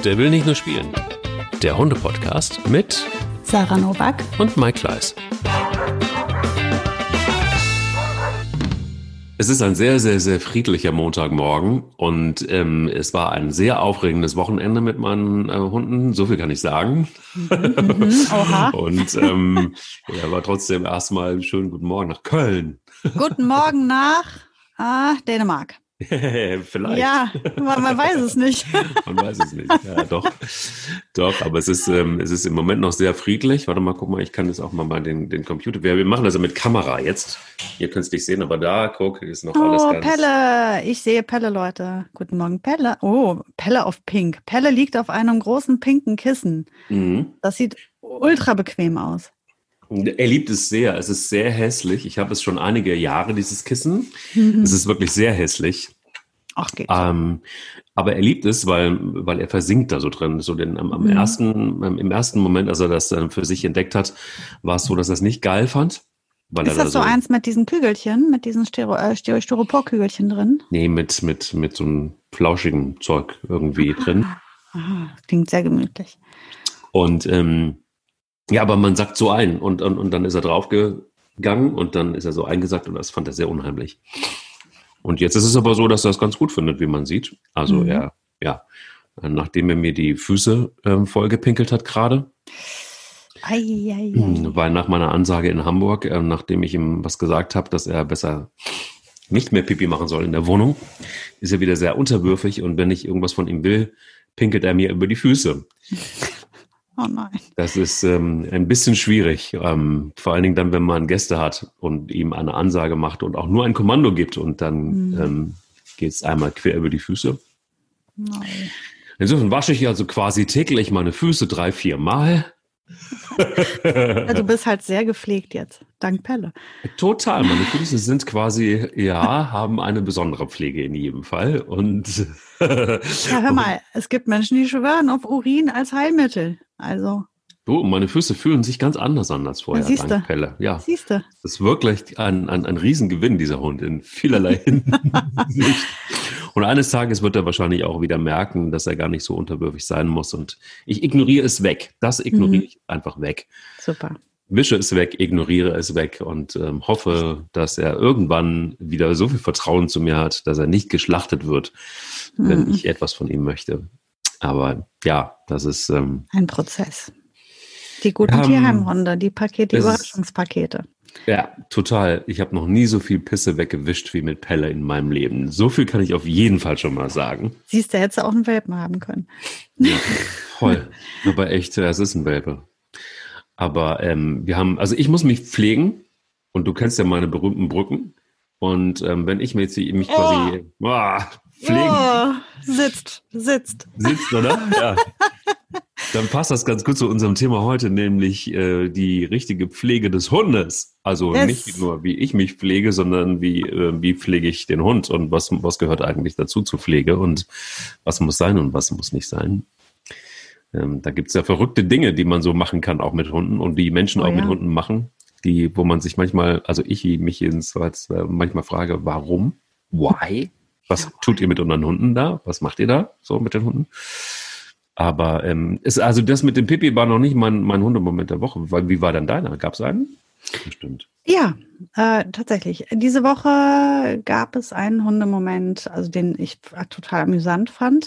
Der will nicht nur spielen. Der Hunde-Podcast mit Sarah Novak und Mike Kleiss. Es ist ein sehr, sehr, sehr friedlicher Montagmorgen und es war ein sehr aufregendes Wochenende mit meinen Hunden, so viel kann ich sagen. Oha. Und aber trotzdem erstmal schönen guten Morgen nach Köln. Guten Morgen nach Dänemark. Vielleicht. Ja, man weiß es nicht. Man weiß es nicht. Ja, doch, aber es ist im Moment noch sehr friedlich. Warte mal, guck mal, ich kann jetzt auch mal den Computer. Wir machen das ja mit Kamera jetzt. Ihr könnt es nicht sehen, aber da, guck, ist noch alles ganz... Pelle, ich sehe Pelle, Leute. Guten Morgen, Pelle. Oh, Pelle auf Pink. Pelle liegt auf einem großen pinken Kissen. Mhm. Das sieht ultra bequem aus. Er liebt es sehr. Es ist sehr hässlich. Ich habe es schon einige Jahre, dieses Kissen. Es ist wirklich sehr hässlich. Ach, geht. Aber er liebt es, weil er versinkt da so drin. So im ersten Moment, als er das dann für sich entdeckt hat, war es so, dass er es nicht geil fand. Weil ist das so eins mit diesen Kügelchen, mit diesen Styropor-Kügelchen drin? Nee, mit so einem flauschigen Zeug irgendwie drin. Klingt sehr gemütlich. Und ja, aber man sackt so ein und dann ist er draufgegangen und dann ist er so eingesackt und das fand er sehr unheimlich. Und jetzt ist es aber so, dass er es ganz gut findet, wie man sieht. Also nachdem er mir die Füße vollgepinkelt hat gerade, weil nach meiner Ansage in Hamburg, nachdem ich ihm was gesagt habe, dass er besser nicht mehr Pipi machen soll in der Wohnung, ist er wieder sehr unterwürfig und wenn ich irgendwas von ihm will, pinkelt er mir über die Füße. Oh nein. Das ist ein bisschen schwierig, vor allen Dingen dann, wenn man Gäste hat und ihm eine Ansage macht und auch nur ein Kommando gibt und dann geht es einmal quer über die Füße. Nein. Insofern wasche ich also quasi täglich meine Füße 3-4 Mal. Ja, du bist halt sehr gepflegt jetzt, dank Pelle. Total, meine Füße sind quasi, haben eine besondere Pflege in jedem Fall. Und ja, hör mal, es gibt Menschen, die schwören auf Urin als Heilmittel. Also. Du, meine Füße fühlen sich ganz anders an als vorher, dank Pelle. Ja, siehste. Das ist wirklich ein Riesengewinn, dieser Hund, in vielerlei Hinsicht. Und eines Tages wird er wahrscheinlich auch wieder merken, dass er gar nicht so unterwürfig sein muss. Und ich ignoriere es weg. Das ignoriere ich einfach weg. Super. Wische es weg, ignoriere es weg und hoffe, dass er irgendwann wieder so viel Vertrauen zu mir hat, dass er nicht geschlachtet wird, wenn ich etwas von ihm möchte. Aber ja, das ist... ein Prozess. Die guten Tierheimhunde, die Überraschungspakete. Ja, total. Ich habe noch nie so viel Pisse weggewischt wie mit Pelle in meinem Leben. So viel kann ich auf jeden Fall schon mal sagen. Siehst du, hättest du auch einen Welpen haben können. Ja, voll. Aber echt, es ist ein Welpe. Aber ich muss mich pflegen und du kennst ja meine berühmten Brücken. Und wenn ich mich quasi pflegen... Oh, sitzt. Sitzt, oder? Ja. Dann passt das ganz gut zu unserem Thema heute, nämlich die richtige Pflege des Hundes. Also nicht nur, wie ich mich pflege, sondern wie pflege ich den Hund und was gehört eigentlich dazu zur Pflege und was muss sein und was muss nicht sein. Da gibt es ja verrückte Dinge, die man so machen kann, auch mit Hunden und die Menschen mit Hunden machen, wo man sich manchmal, also ich mich jedenfalls manchmal frage, warum? Why? Was tut ihr mit unseren Hunden da? Was macht ihr da so mit den Hunden? Aber also das mit dem Pipi war noch nicht mein Hundemoment der Woche. Wie war denn deiner? Gab es einen? Bestimmt. Ja, tatsächlich. Diese Woche gab es einen Hundemoment, also den ich total amüsant fand.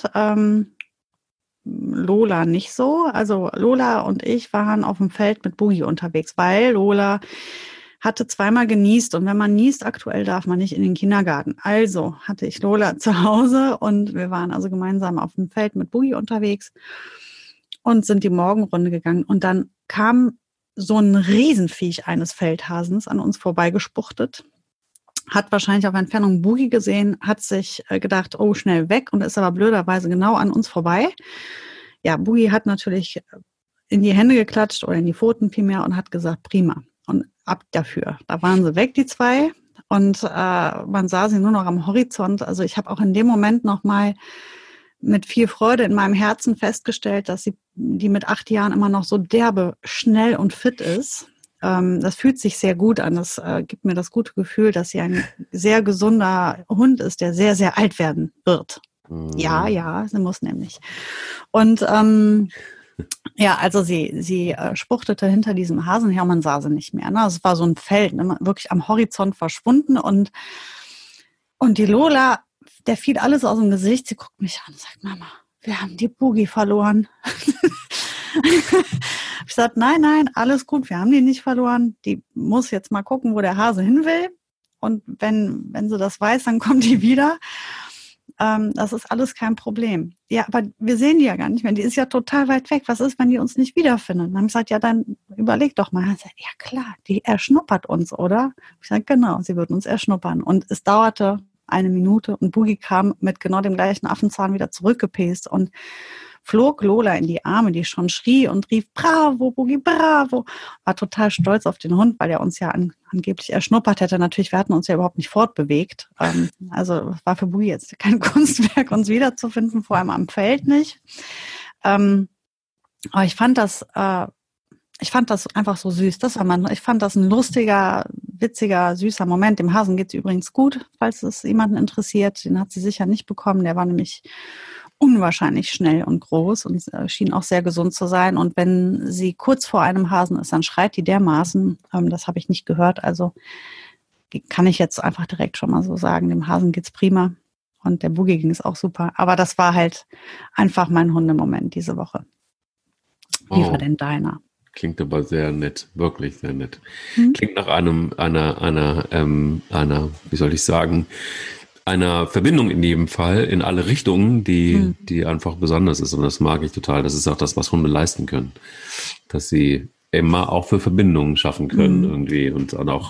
Lola nicht so. Also Lola und ich waren auf dem Feld mit Boogie unterwegs, weil Lola hatte zweimal genießt und wenn man niest, aktuell darf man nicht in den Kindergarten. Also hatte ich Lola zu Hause und wir waren also gemeinsam auf dem Feld mit Boogie unterwegs und sind die Morgenrunde gegangen und dann kam so ein Riesenviech eines Feldhasens an uns vorbeigespuchtet, hat wahrscheinlich auf Entfernung Boogie gesehen, hat sich gedacht, oh, schnell weg und ist aber blöderweise genau an uns vorbei. Ja, Boogie hat natürlich in die Hände geklatscht oder in die Pfoten vielmehr und hat gesagt, prima. Und ab dafür. Da waren sie weg, die zwei. Und man sah sie nur noch am Horizont. Also ich habe auch in dem Moment nochmal mit viel Freude in meinem Herzen festgestellt, dass die mit 8 Jahren immer noch so derbe, schnell und fit ist. Das fühlt sich sehr gut an. Das gibt mir das gute Gefühl, dass sie ein sehr gesunder Hund ist, der sehr, sehr alt werden wird. Ja, sie muss nämlich. Und ja, also sie spuchtete hinter diesem Hasen her und man sah sie nicht mehr. Ne? Es war so ein Feld, ne? Wirklich am Horizont verschwunden und die Lola, der fiel alles aus dem Gesicht. Sie guckt mich an und sagt, Mama, wir haben die Boogie verloren. Ich sagte, nein, alles gut, wir haben die nicht verloren. Die muss jetzt mal gucken, wo der Hase hin will. Und wenn sie das weiß, dann kommt die wieder. Das ist alles kein Problem. Ja, aber wir sehen die ja gar nicht mehr. Die ist ja total weit weg. Was ist, wenn die uns nicht wiederfinden? Dann haben ich gesagt, ja, dann überleg doch mal. Sagt, ja klar, die erschnuppert uns, oder? Ich sage, genau, sie wird uns erschnuppern. Und es dauerte 1 Minute und Boogie kam mit genau dem gleichen Affenzahn wieder zurückgepäst und flog Lola in die Arme, die schon schrie und rief, bravo, Boogie, bravo. War total stolz auf den Hund, weil er uns ja angeblich erschnuppert hätte. Natürlich, wir hatten uns ja überhaupt nicht fortbewegt. Also war für Boogie jetzt kein Kunstwerk, uns wiederzufinden, vor allem am Feld nicht. Aber ich fand das einfach so süß. Ich fand das ein lustiger, witziger, süßer Moment. Dem Hasen geht's übrigens gut, falls es jemanden interessiert. Den hat sie sicher nicht bekommen. Der war nämlich unwahrscheinlich schnell und groß und schien auch sehr gesund zu sein. Und wenn sie kurz vor einem Hasen ist, dann schreit die dermaßen. Das habe ich nicht gehört. Also kann ich jetzt einfach direkt schon mal so sagen, dem Hasen geht's prima. Und der Boogie ging es auch super. Aber das war halt einfach mein Hundemoment diese Woche. Wie war denn deiner? Klingt aber sehr nett, wirklich sehr nett. Klingt nach einer, wie soll ich sagen, einer Verbindung in jedem Fall in alle Richtungen, die einfach besonders ist. Und das mag ich total. Das ist auch das, was Hunde leisten können. Dass sie immer auch für Verbindungen schaffen können irgendwie und dann auch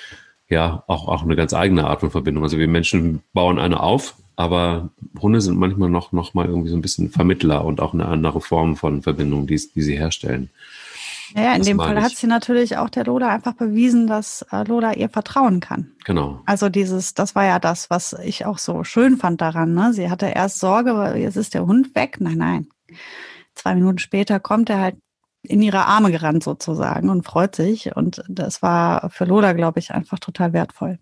eine ganz eigene Art von Verbindung. Also wir Menschen bauen eine auf, aber Hunde sind manchmal noch mal irgendwie so ein bisschen Vermittler und auch eine andere Form von Verbindung, die sie herstellen. Ja, in dem Fall hat sie natürlich auch der Lola einfach bewiesen, dass Lola ihr vertrauen kann. Genau. Also das war ja das, was ich auch so schön fand daran. Ne? Sie hatte erst Sorge, weil jetzt ist der Hund weg. Nein. 2 Minuten später kommt er halt in ihre Arme gerannt sozusagen und freut sich. Und das war für Lola, glaube ich, einfach total wertvoll.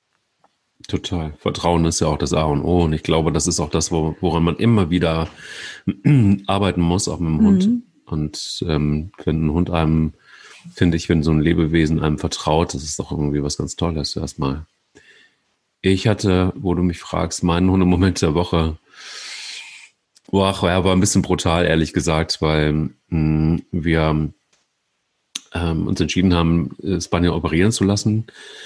Total. Vertrauen ist ja auch das A und O. Und ich glaube, das ist auch das, woran man immer wieder arbeiten muss, auch mit dem Hund. Und wenn ein Hund einem, finde ich, wenn so ein Lebewesen einem vertraut, das ist doch irgendwie was ganz Tolles erstmal. Ich hatte, wo du mich fragst, meinen Hundemoment der Woche, war ein bisschen brutal, ehrlich gesagt, weil wir uns entschieden haben, Spanier operieren zu lassen.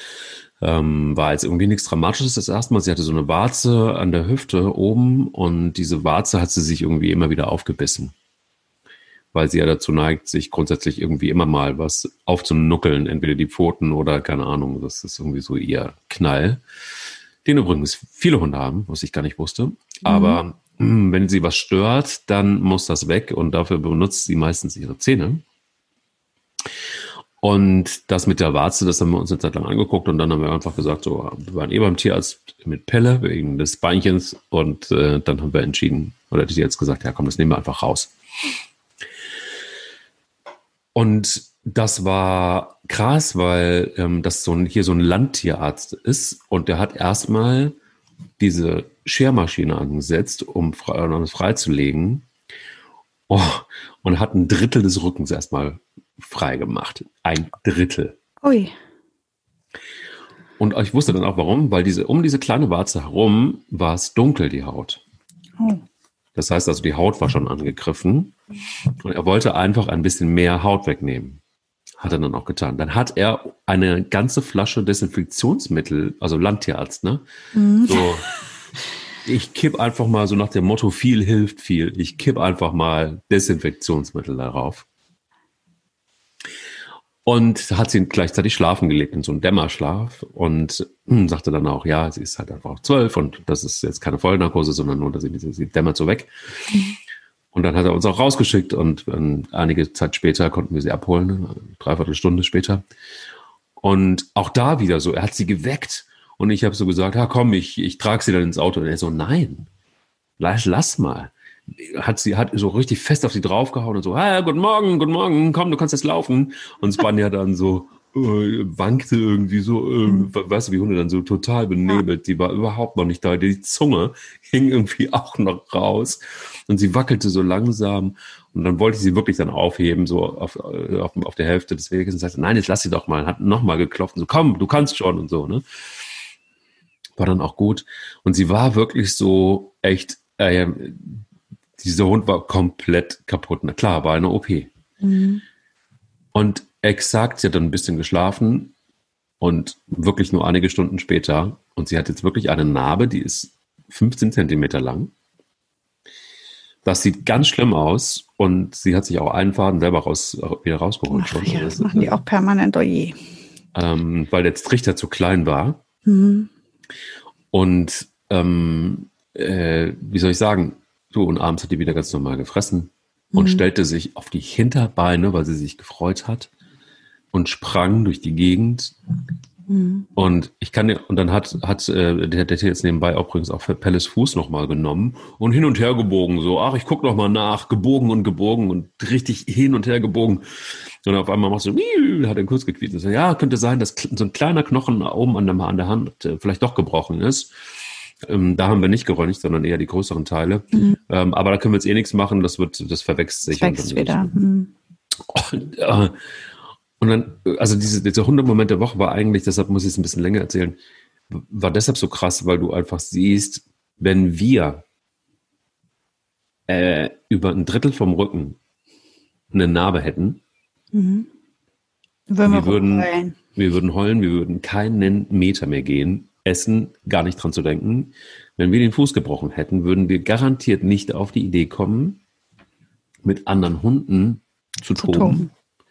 War jetzt irgendwie nichts Dramatisches das erste Mal. Sie hatte so eine Warze an der Hüfte oben und diese Warze hat sie sich irgendwie immer wieder aufgebissen. Weil sie ja dazu neigt, sich grundsätzlich irgendwie immer mal was aufzunuckeln, entweder die Pfoten oder keine Ahnung, das ist irgendwie so ihr Knall. Den übrigens viele Hunde haben, was ich gar nicht wusste. Aber wenn sie was stört, dann muss das weg und dafür benutzt sie meistens ihre Zähne. Und das mit der Warze, das haben wir uns eine Zeit lang angeguckt und dann haben wir einfach gesagt, so, wir waren beim Tierarzt mit Pelle wegen des Beinchens und dann haben wir entschieden, oder die jetzt gesagt, ja komm, das nehmen wir einfach raus. Und das war krass, weil das hier so ein Landtierarzt ist und der hat erstmal diese Schermaschine angesetzt, um es freizulegen. Und hat 1/3 des Rückens erstmal frei gemacht. 1/3. Ui. Und ich wusste dann auch warum, weil um diese kleine Warze herum war es dunkel, die Haut. Oh. Das heißt also, die Haut war schon angegriffen und er wollte einfach ein bisschen mehr Haut wegnehmen. Hat er dann auch getan. Dann hat er eine ganze Flasche Desinfektionsmittel, also Landtierarzt, ne? So, ich kipp einfach mal so nach dem Motto, viel hilft viel. Ich kipp einfach mal Desinfektionsmittel darauf. Und hat sie gleichzeitig schlafen gelegt in so einen Dämmerschlaf und sagte dann auch, ja, sie ist halt einfach 12 und das ist jetzt keine Vollnarkose, sondern nur, dass sie dämmert so weg. Und dann hat er uns auch rausgeschickt und einige Zeit später konnten wir sie abholen, 3/4 Stunde später. Und auch da wieder so, er hat sie geweckt und ich habe so gesagt, ja komm, ich trage sie dann ins Auto. Und er so, nein, lass mal. Hat so richtig fest auf sie draufgehauen und so, guten Morgen, komm, du kannst jetzt laufen. Und Spanja dann so, wankte irgendwie so, weißt du, wie Hunde dann so total benebelt, die war überhaupt noch nicht da, die Zunge hing irgendwie auch noch raus und sie wackelte so langsam und dann wollte ich sie wirklich dann aufheben, so auf der Hälfte des Weges und sagte, nein, jetzt lass sie doch mal, hat nochmal geklopft und so, komm, du kannst schon und so, ne? War dann auch gut und sie war wirklich so echt, dieser Hund war komplett kaputt, na klar, war eine OP. Und exakt, sie hat dann ein bisschen geschlafen und wirklich nur einige Stunden später. Und sie hat jetzt wirklich eine Narbe, die ist 15 Zentimeter lang. Das sieht ganz schlimm aus. Und sie hat sich auch einen Faden selber wieder rausgeholt. Ach, ja, das machen die auch permanent, oje. Weil der Trichter zu klein war. Und wie soll ich sagen, und abends hat die wieder ganz normal gefressen. Und stellte sich auf die Hinterbeine, weil sie sich gefreut hat und sprang durch die Gegend. Und dann hat der jetzt nebenbei auch übrigens auch Pelles Fuß nochmal genommen und hin und her gebogen, so, ach, ich guck noch mal nach, gebogen und richtig hin und her gebogen. Und auf einmal macht so, hat er kurz gequiekt und so, ja, könnte sein, dass so ein kleiner Knochen oben an der Hand vielleicht doch gebrochen ist. Da haben wir nicht geröntgt, sondern eher die größeren Teile. Aber da können wir jetzt eh nichts machen, das verwechselt sich. Das wächst wieder. Und dann, also dieser Hundemoment der Woche war eigentlich, deshalb muss ich es ein bisschen länger erzählen, war deshalb so krass, weil du einfach siehst, wenn wir über ein Drittel vom Rücken eine Narbe hätten, wir würden heulen, wir würden keinen Meter mehr gehen, essen, gar nicht dran zu denken. Wenn wir den Fuß gebrochen hätten, würden wir garantiert nicht auf die Idee kommen, mit anderen Hunden zu toben.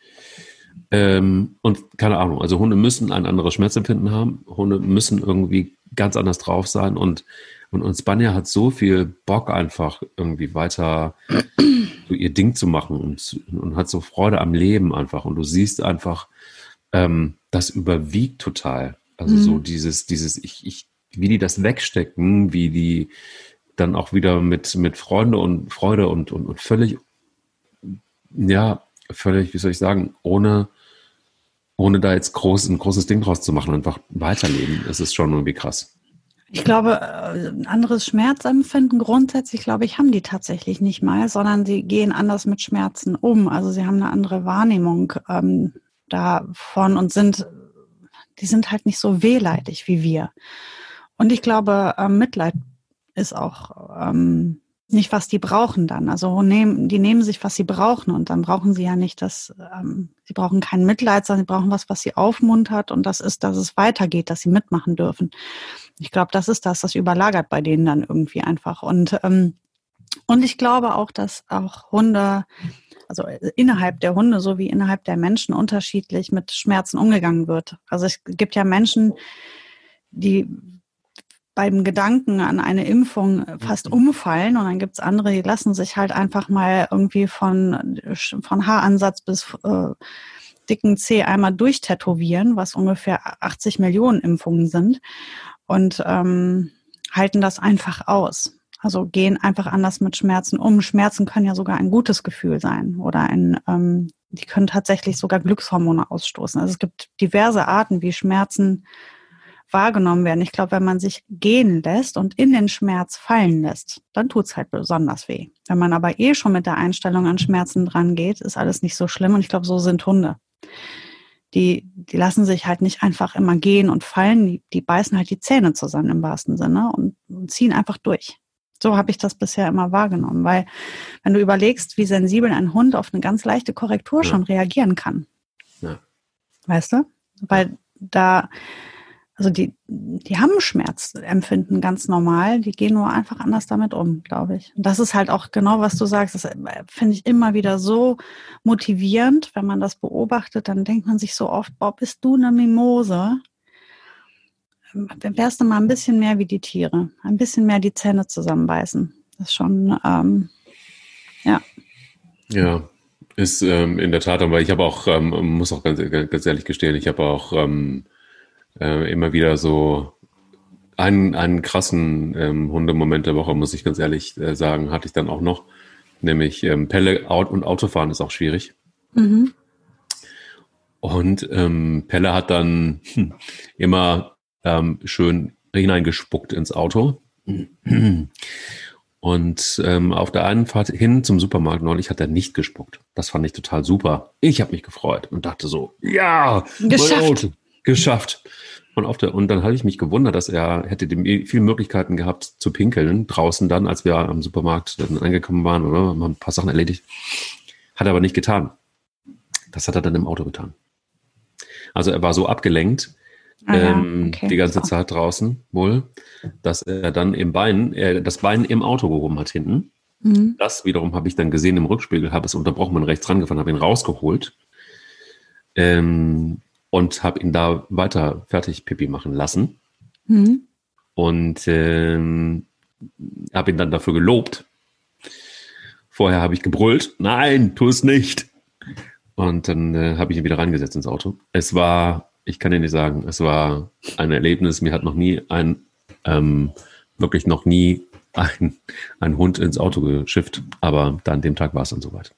Und keine Ahnung, also Hunde müssen ein anderes Schmerzempfinden haben, Hunde müssen irgendwie ganz anders drauf sein und Spanier hat so viel Bock einfach irgendwie weiter so ihr Ding zu machen und hat so Freude am Leben einfach und du siehst einfach, das überwiegt total. Also so dieses wie die das wegstecken, wie die dann auch wieder mit Freude und völlig, wie soll ich sagen, ohne da jetzt ein großes Ding draus zu machen, einfach weiterleben, das ist schon irgendwie krass. Ich glaube, ein anderes Schmerzempfinden grundsätzlich, glaube ich, haben die tatsächlich nicht mal, sondern sie gehen anders mit Schmerzen um. Also sie haben eine andere Wahrnehmung davon und die sind halt nicht so wehleidig wie wir. Und ich glaube, Mitleid ist auch nicht, was die brauchen dann. Also die nehmen sich, was sie brauchen und dann brauchen sie ja nicht sie brauchen kein Mitleid, sondern sie brauchen was sie aufmuntert und das ist, dass es weitergeht, dass sie mitmachen dürfen. Ich glaube, das ist das überlagert bei denen dann irgendwie einfach. Und ich glaube auch, dass auch Hunde, also innerhalb der Hunde sowie innerhalb der Menschen unterschiedlich mit Schmerzen umgegangen wird. Also es gibt ja Menschen, die beim Gedanken an eine Impfung fast umfallen und dann gibt es andere, die lassen sich halt einfach mal irgendwie von Haaransatz bis dicken Zeh einmal durchtätowieren, was ungefähr 80 Millionen Impfungen sind und halten das einfach aus. Also gehen einfach anders mit Schmerzen um. Schmerzen können ja sogar ein gutes Gefühl sein oder die können tatsächlich sogar Glückshormone ausstoßen. Also es gibt diverse Arten, wie Schmerzen wahrgenommen werden. Ich glaube, wenn man sich gehen lässt und in den Schmerz fallen lässt, dann tut's halt besonders weh. Wenn man aber schon mit der Einstellung an Schmerzen dran geht, ist alles nicht so schlimm. Und ich glaube, so sind Hunde. Die lassen sich halt nicht einfach immer gehen und fallen. Die beißen halt die Zähne zusammen im wahrsten Sinne und ziehen einfach durch. So habe ich das bisher immer wahrgenommen. Weil wenn du überlegst, wie sensibel ein Hund auf eine ganz leichte Korrektur schon reagieren kann. Ja. Weißt du? Weil also die haben Schmerzempfinden ganz normal, die gehen nur einfach anders damit um, glaube ich. Und das ist halt auch genau, was du sagst, das finde ich immer wieder so motivierend, wenn man das beobachtet, dann denkt man sich so oft, boah, bist du eine Mimose? Wärst du mal ein bisschen mehr wie die Tiere, ein bisschen mehr die Zähne zusammenbeißen. Das ist schon, ja. Ja, ist in der Tat, aber ich habe auch, muss auch ganz ehrlich gestehen, ich habe auch immer wieder so einen krassen Hundemoment der Woche, muss ich ganz ehrlich sagen, hatte ich dann auch noch. Nämlich Pelle und Autofahren ist auch schwierig. Und Pelle hat dann immer schön hineingespuckt ins Auto. Und auf der einen Fahrt hin zum Supermarkt neulich hat er nicht gespuckt. Das fand ich total super. Ich habe mich gefreut und dachte so, ja, Geschafft. mein Auto, geschafft. Und dann habe ich mich gewundert, dass er hätte viele Möglichkeiten gehabt zu pinkeln, draußen dann, als wir am Supermarkt dann angekommen waren, oder haben ein paar Sachen erledigt. Hat er aber nicht getan. Das hat er dann im Auto getan. Also er war so abgelenkt, die ganze Zeit draußen wohl, dass er dann das Bein im Auto gehoben hat hinten. Mhm. Das wiederum habe ich dann gesehen im Rückspiegel, habe es unterbrochen, bin rechts rangefahren, habe ihn rausgeholt und habe ihn da weiter fertig Pipi machen lassen. Mhm. Und habe ihn dann dafür gelobt. Vorher habe ich gebrüllt, nein, tu es nicht. Und dann habe ich ihn wieder reingesetzt ins Auto. Ich kann dir nicht sagen, es war ein Erlebnis. Mir hat wirklich noch nie ein Hund ins Auto geschifft. Aber da an dem Tag war es dann soweit.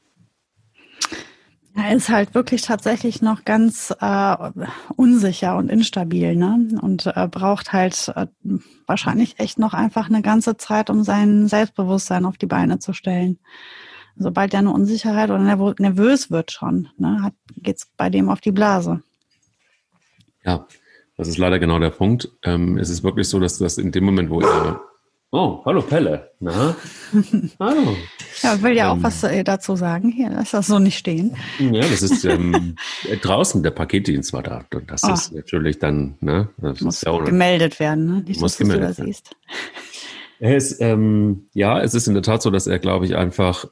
Er ist halt wirklich tatsächlich noch ganz unsicher und instabil, ne? Und braucht halt wahrscheinlich echt noch einfach eine ganze Zeit, um sein Selbstbewusstsein auf die Beine zu stellen. Sobald er eine Unsicherheit oder nervös wird schon, ne, geht's bei dem auf die Blase. Ja, das ist leider genau der Punkt. Es ist wirklich so, dass das in dem Moment, wo er... Oh, hallo Pelle. Na? Hallo. Ja, will ja auch was dazu sagen. Hier, lass das so nicht stehen. Ja, das ist draußen, der Paketdienst war da. Und das ist natürlich dann... Ne, das muss ist ja gemeldet werden, ne? Nicht, dass du das siehst. Es ist in der Tat so, dass er, glaube ich, einfach...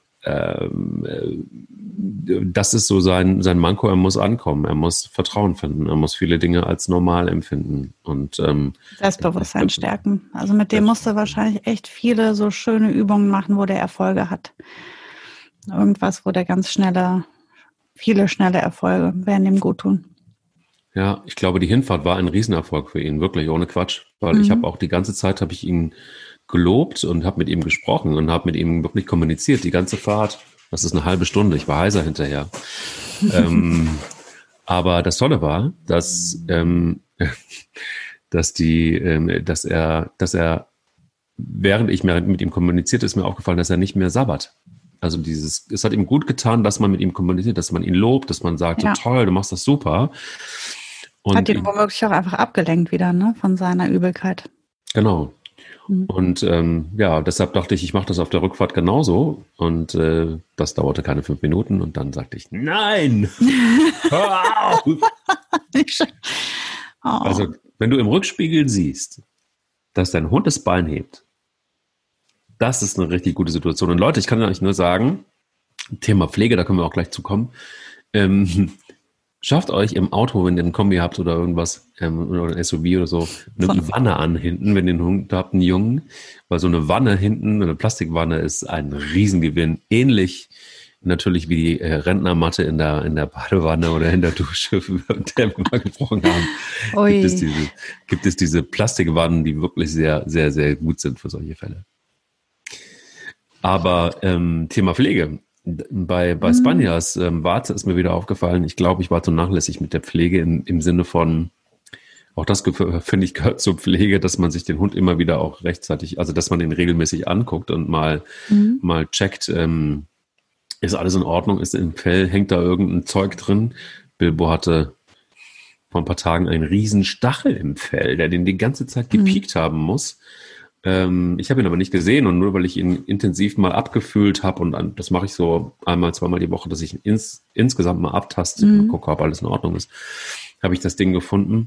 das ist so sein Manko, er muss ankommen, er muss Vertrauen finden, er muss viele Dinge als normal empfinden und Selbstbewusstsein stärken. Also mit dem musst du wahrscheinlich echt viele so schöne Übungen machen, wo der Erfolge hat. Irgendwas, wo der viele schnelle Erfolge werden dem gut tun. Ja, ich glaube, die Hinfahrt war ein Riesenerfolg für ihn, wirklich, ohne Quatsch, weil ich habe auch die ganze Zeit, habe ich ihn gelobt und habe mit ihm gesprochen und habe mit ihm wirklich kommuniziert, die ganze Fahrt. Das ist eine halbe Stunde, ich war heiser hinterher. Aber das Tolle war, dass er, während ich mit ihm kommunizierte, ist mir aufgefallen, dass er nicht mehr sabbert. Also es hat ihm gut getan, dass man mit ihm kommuniziert, dass man ihn lobt, dass man sagt, ja, toll, du machst das super. Und hat ihn womöglich auch einfach abgelenkt wieder, ne, von seiner Übelkeit. Genau. Und deshalb dachte ich mache das auf der Rückfahrt genauso. Und das dauerte keine 5 Minuten. Und dann sagte ich, nein! Hör auf! Also, wenn du im Rückspiegel siehst, dass dein Hund das Bein hebt, das ist eine richtig gute Situation. Und Leute, ich kann euch nur sagen, Thema Pflege, da können wir auch gleich zu kommen. Schafft euch im Auto, wenn ihr einen Kombi habt oder irgendwas, oder ein SUV oder so, eine Wanne an hinten, wenn ihr einen Hund habt, einen Jungen. Weil so eine Wanne hinten, eine Plastikwanne ist ein Riesengewinn. Ähnlich natürlich wie die Rentnermatte in der Badewanne oder in der Dusche, über der wir mal gesprochen haben. Gibt es diese Plastikwannen, die wirklich sehr, sehr, sehr gut sind für solche Fälle. Aber Thema Pflege. Bei Spanias Warze ist mir wieder aufgefallen, ich glaube, ich war zu nachlässig mit der Pflege im Sinne von, auch das finde ich gehört zur Pflege, dass man sich den Hund immer wieder auch rechtzeitig, also dass man ihn regelmäßig anguckt und mal checkt, ist alles in Ordnung, ist im Fell, hängt da irgendein Zeug drin. Bilbo hatte vor ein paar Tagen einen riesen Stachel im Fell, der den die ganze Zeit gepiekt haben muss. Ich habe ihn aber nicht gesehen und nur weil ich ihn intensiv mal abgefühlt habe und das mache ich so einmal, zweimal die Woche, dass ich ihn insgesamt mal abtaste und gucke, ob alles in Ordnung ist, habe ich das Ding gefunden.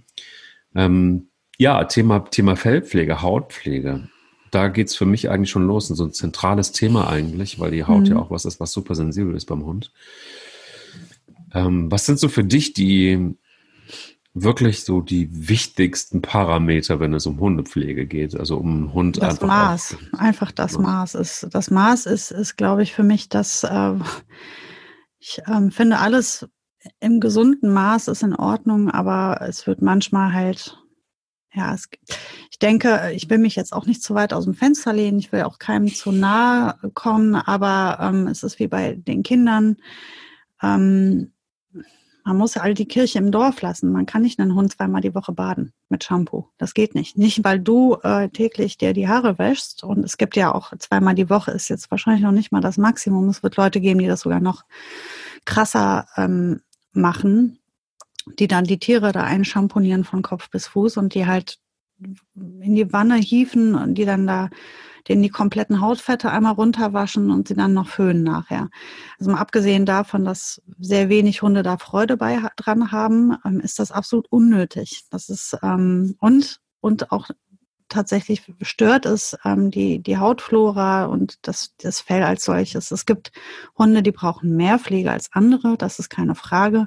Thema Fellpflege, Hautpflege. Da geht's für mich eigentlich schon los. So ein zentrales Thema eigentlich, weil die Haut ja auch was ist, was super sensibel ist beim Hund. Was sind so für dich die wirklich so die wichtigsten Parameter, wenn es um Hundepflege geht, also um einen Hund das Maß, einfach das Maß ist. Das Maß ist, glaube ich, für mich, dass ich finde, alles im gesunden Maß ist in Ordnung, aber es wird manchmal halt, ich denke, ich will mich jetzt auch nicht zu weit aus dem Fenster lehnen, ich will auch keinem zu nahe kommen, aber es ist wie bei den Kindern, Man muss ja all die Kirche im Dorf lassen. Man kann nicht einen Hund zweimal die Woche baden mit Shampoo. Das geht nicht. Nicht, weil du täglich dir die Haare wäschst. Und es gibt ja auch zweimal die Woche ist jetzt wahrscheinlich noch nicht mal das Maximum. Es wird Leute geben, die das sogar noch krasser machen, die dann die Tiere da einschamponieren von Kopf bis Fuß und die halt in die Wanne hieven und die dann da denen die kompletten Hautfette einmal runterwaschen und sie dann noch föhnen nachher. Also mal abgesehen davon, dass sehr wenig Hunde da Freude dran haben, ist das absolut unnötig. Das ist und auch tatsächlich stört es die Hautflora und das Fell als solches. Es gibt Hunde, die brauchen mehr Pflege als andere, das ist keine Frage.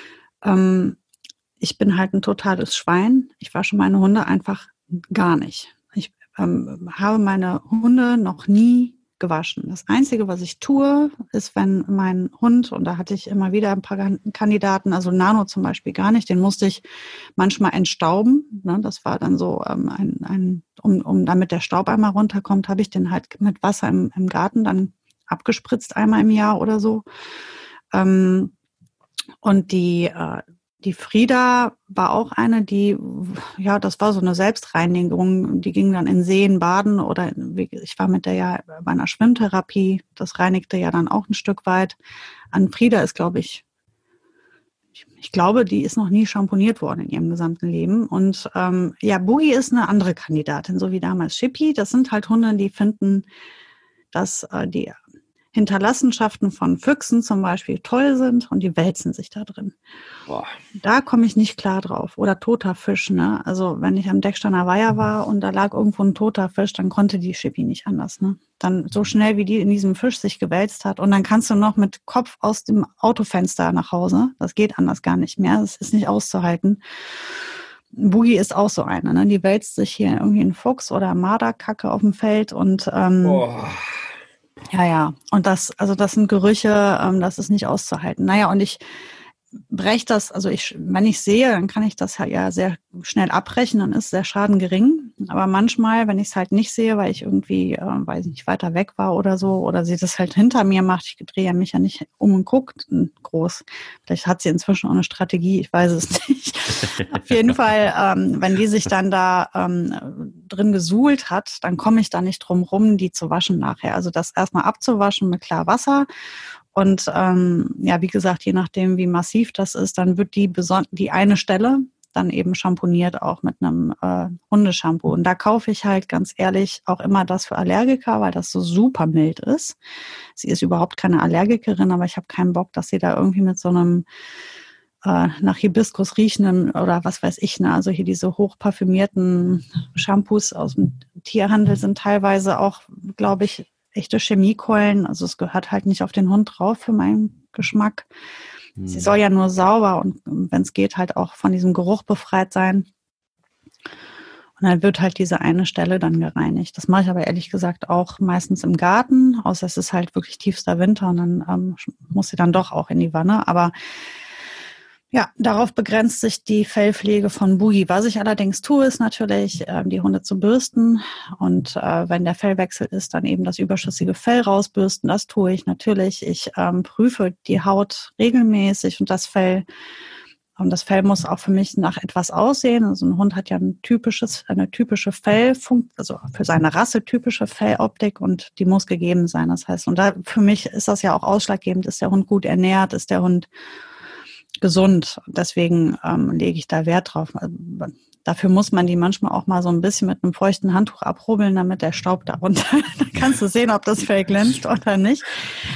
Ich bin halt ein totales Schwein. Ich wasche meine Hunde einfach gar nicht. Ich habe meine Hunde noch nie gewaschen. Das Einzige, was ich tue, ist, wenn mein Hund, und da hatte ich immer wieder ein paar Kandidaten, also Nano zum Beispiel gar nicht, den musste ich manchmal entstauben. Ne? Das war dann so, damit der Staub einmal runterkommt, habe ich den halt mit Wasser im Garten dann abgespritzt, einmal im Jahr oder so. Und die Frieda war auch eine, ja, das war so eine Selbstreinigung. Die ging dann in Seen baden oder ich war mit der ja bei einer Schwimmtherapie. Das reinigte ja dann auch ein Stück weit. An Frieda ist, glaube ich glaube, die ist noch nie schamponiert worden in ihrem gesamten Leben. Und ja, Boogie ist eine andere Kandidatin, so wie damals Chippy. Das sind halt Hunde, die finden, dass die Hinterlassenschaften von Füchsen zum Beispiel toll sind und die wälzen sich da drin. Boah. Da komme ich nicht klar drauf. Oder toter Fisch, ne? Also wenn ich am Decksteiner Weiher war und da lag irgendwo ein toter Fisch, dann konnte die Chippy nicht anders, ne? Dann so schnell, wie die in diesem Fisch sich gewälzt hat und dann kannst du noch mit Kopf aus dem Autofenster nach Hause. Das geht anders gar nicht mehr. Das ist nicht auszuhalten. Boogie ist auch so eine, ne? Die wälzt sich hier irgendwie ein Fuchs oder Marderkacke auf dem Feld und ja. Und das sind Gerüche, das ist nicht auszuhalten. Naja, und ich breche das, also wenn ich sehe, dann kann ich das ja sehr schnell abbrechen, dann ist der Schaden gering. Aber manchmal, wenn ich es halt nicht sehe, weil ich irgendwie, weiß nicht, weiter weg war oder so, oder sie das halt hinter mir macht, ich drehe mich ja nicht um und gucke groß. Vielleicht hat sie inzwischen auch eine Strategie, ich weiß es nicht. Auf jeden Fall, wenn die sich dann da drin gesuhlt hat, dann komme ich da nicht drum rum, die zu waschen nachher. Also das erstmal abzuwaschen mit klar Wasser. Und ja, wie gesagt, je nachdem, wie massiv das ist, dann wird die eine Stelle dann eben schamponiert auch mit einem Hundeshampoo. Und da kaufe ich halt ganz ehrlich auch immer das für Allergiker, weil das so super mild ist. Sie ist überhaupt keine Allergikerin, aber ich habe keinen Bock, dass sie da irgendwie mit so einem nach Hibiskus riechenden oder was weiß ich, ne? Also hier diese hochparfümierten Shampoos aus dem Tierhandel sind teilweise auch, glaube ich, echte Chemiekeulen. Also es gehört halt nicht auf den Hund drauf für meinen Geschmack. Sie soll ja nur sauber und wenn es geht, halt auch von diesem Geruch befreit sein. Und dann wird halt diese eine Stelle dann gereinigt. Das mache ich aber ehrlich gesagt auch meistens im Garten, außer es ist halt wirklich tiefster Winter und dann muss sie dann doch auch in die Wanne. Aber ja, darauf begrenzt sich die Fellpflege von Boogie. Was ich allerdings tue, ist natürlich, die Hunde zu bürsten und wenn der Fellwechsel ist, dann eben das überschüssige Fell rausbürsten. Das tue ich natürlich. Ich prüfe die Haut regelmäßig und das Fell muss auch für mich nach etwas aussehen. Also ein Hund hat ja eine typische also für seine Rasse typische Felloptik und die muss gegeben sein. Das heißt, und da für mich ist das ja auch ausschlaggebend, ist der Hund gut ernährt, ist der Hund gesund. Deswegen lege ich da Wert drauf. Dafür muss man die manchmal auch mal so ein bisschen mit einem feuchten Handtuch abrubbeln, damit der Staub darunter. Da kannst du sehen, ob das Fell glänzt oder nicht.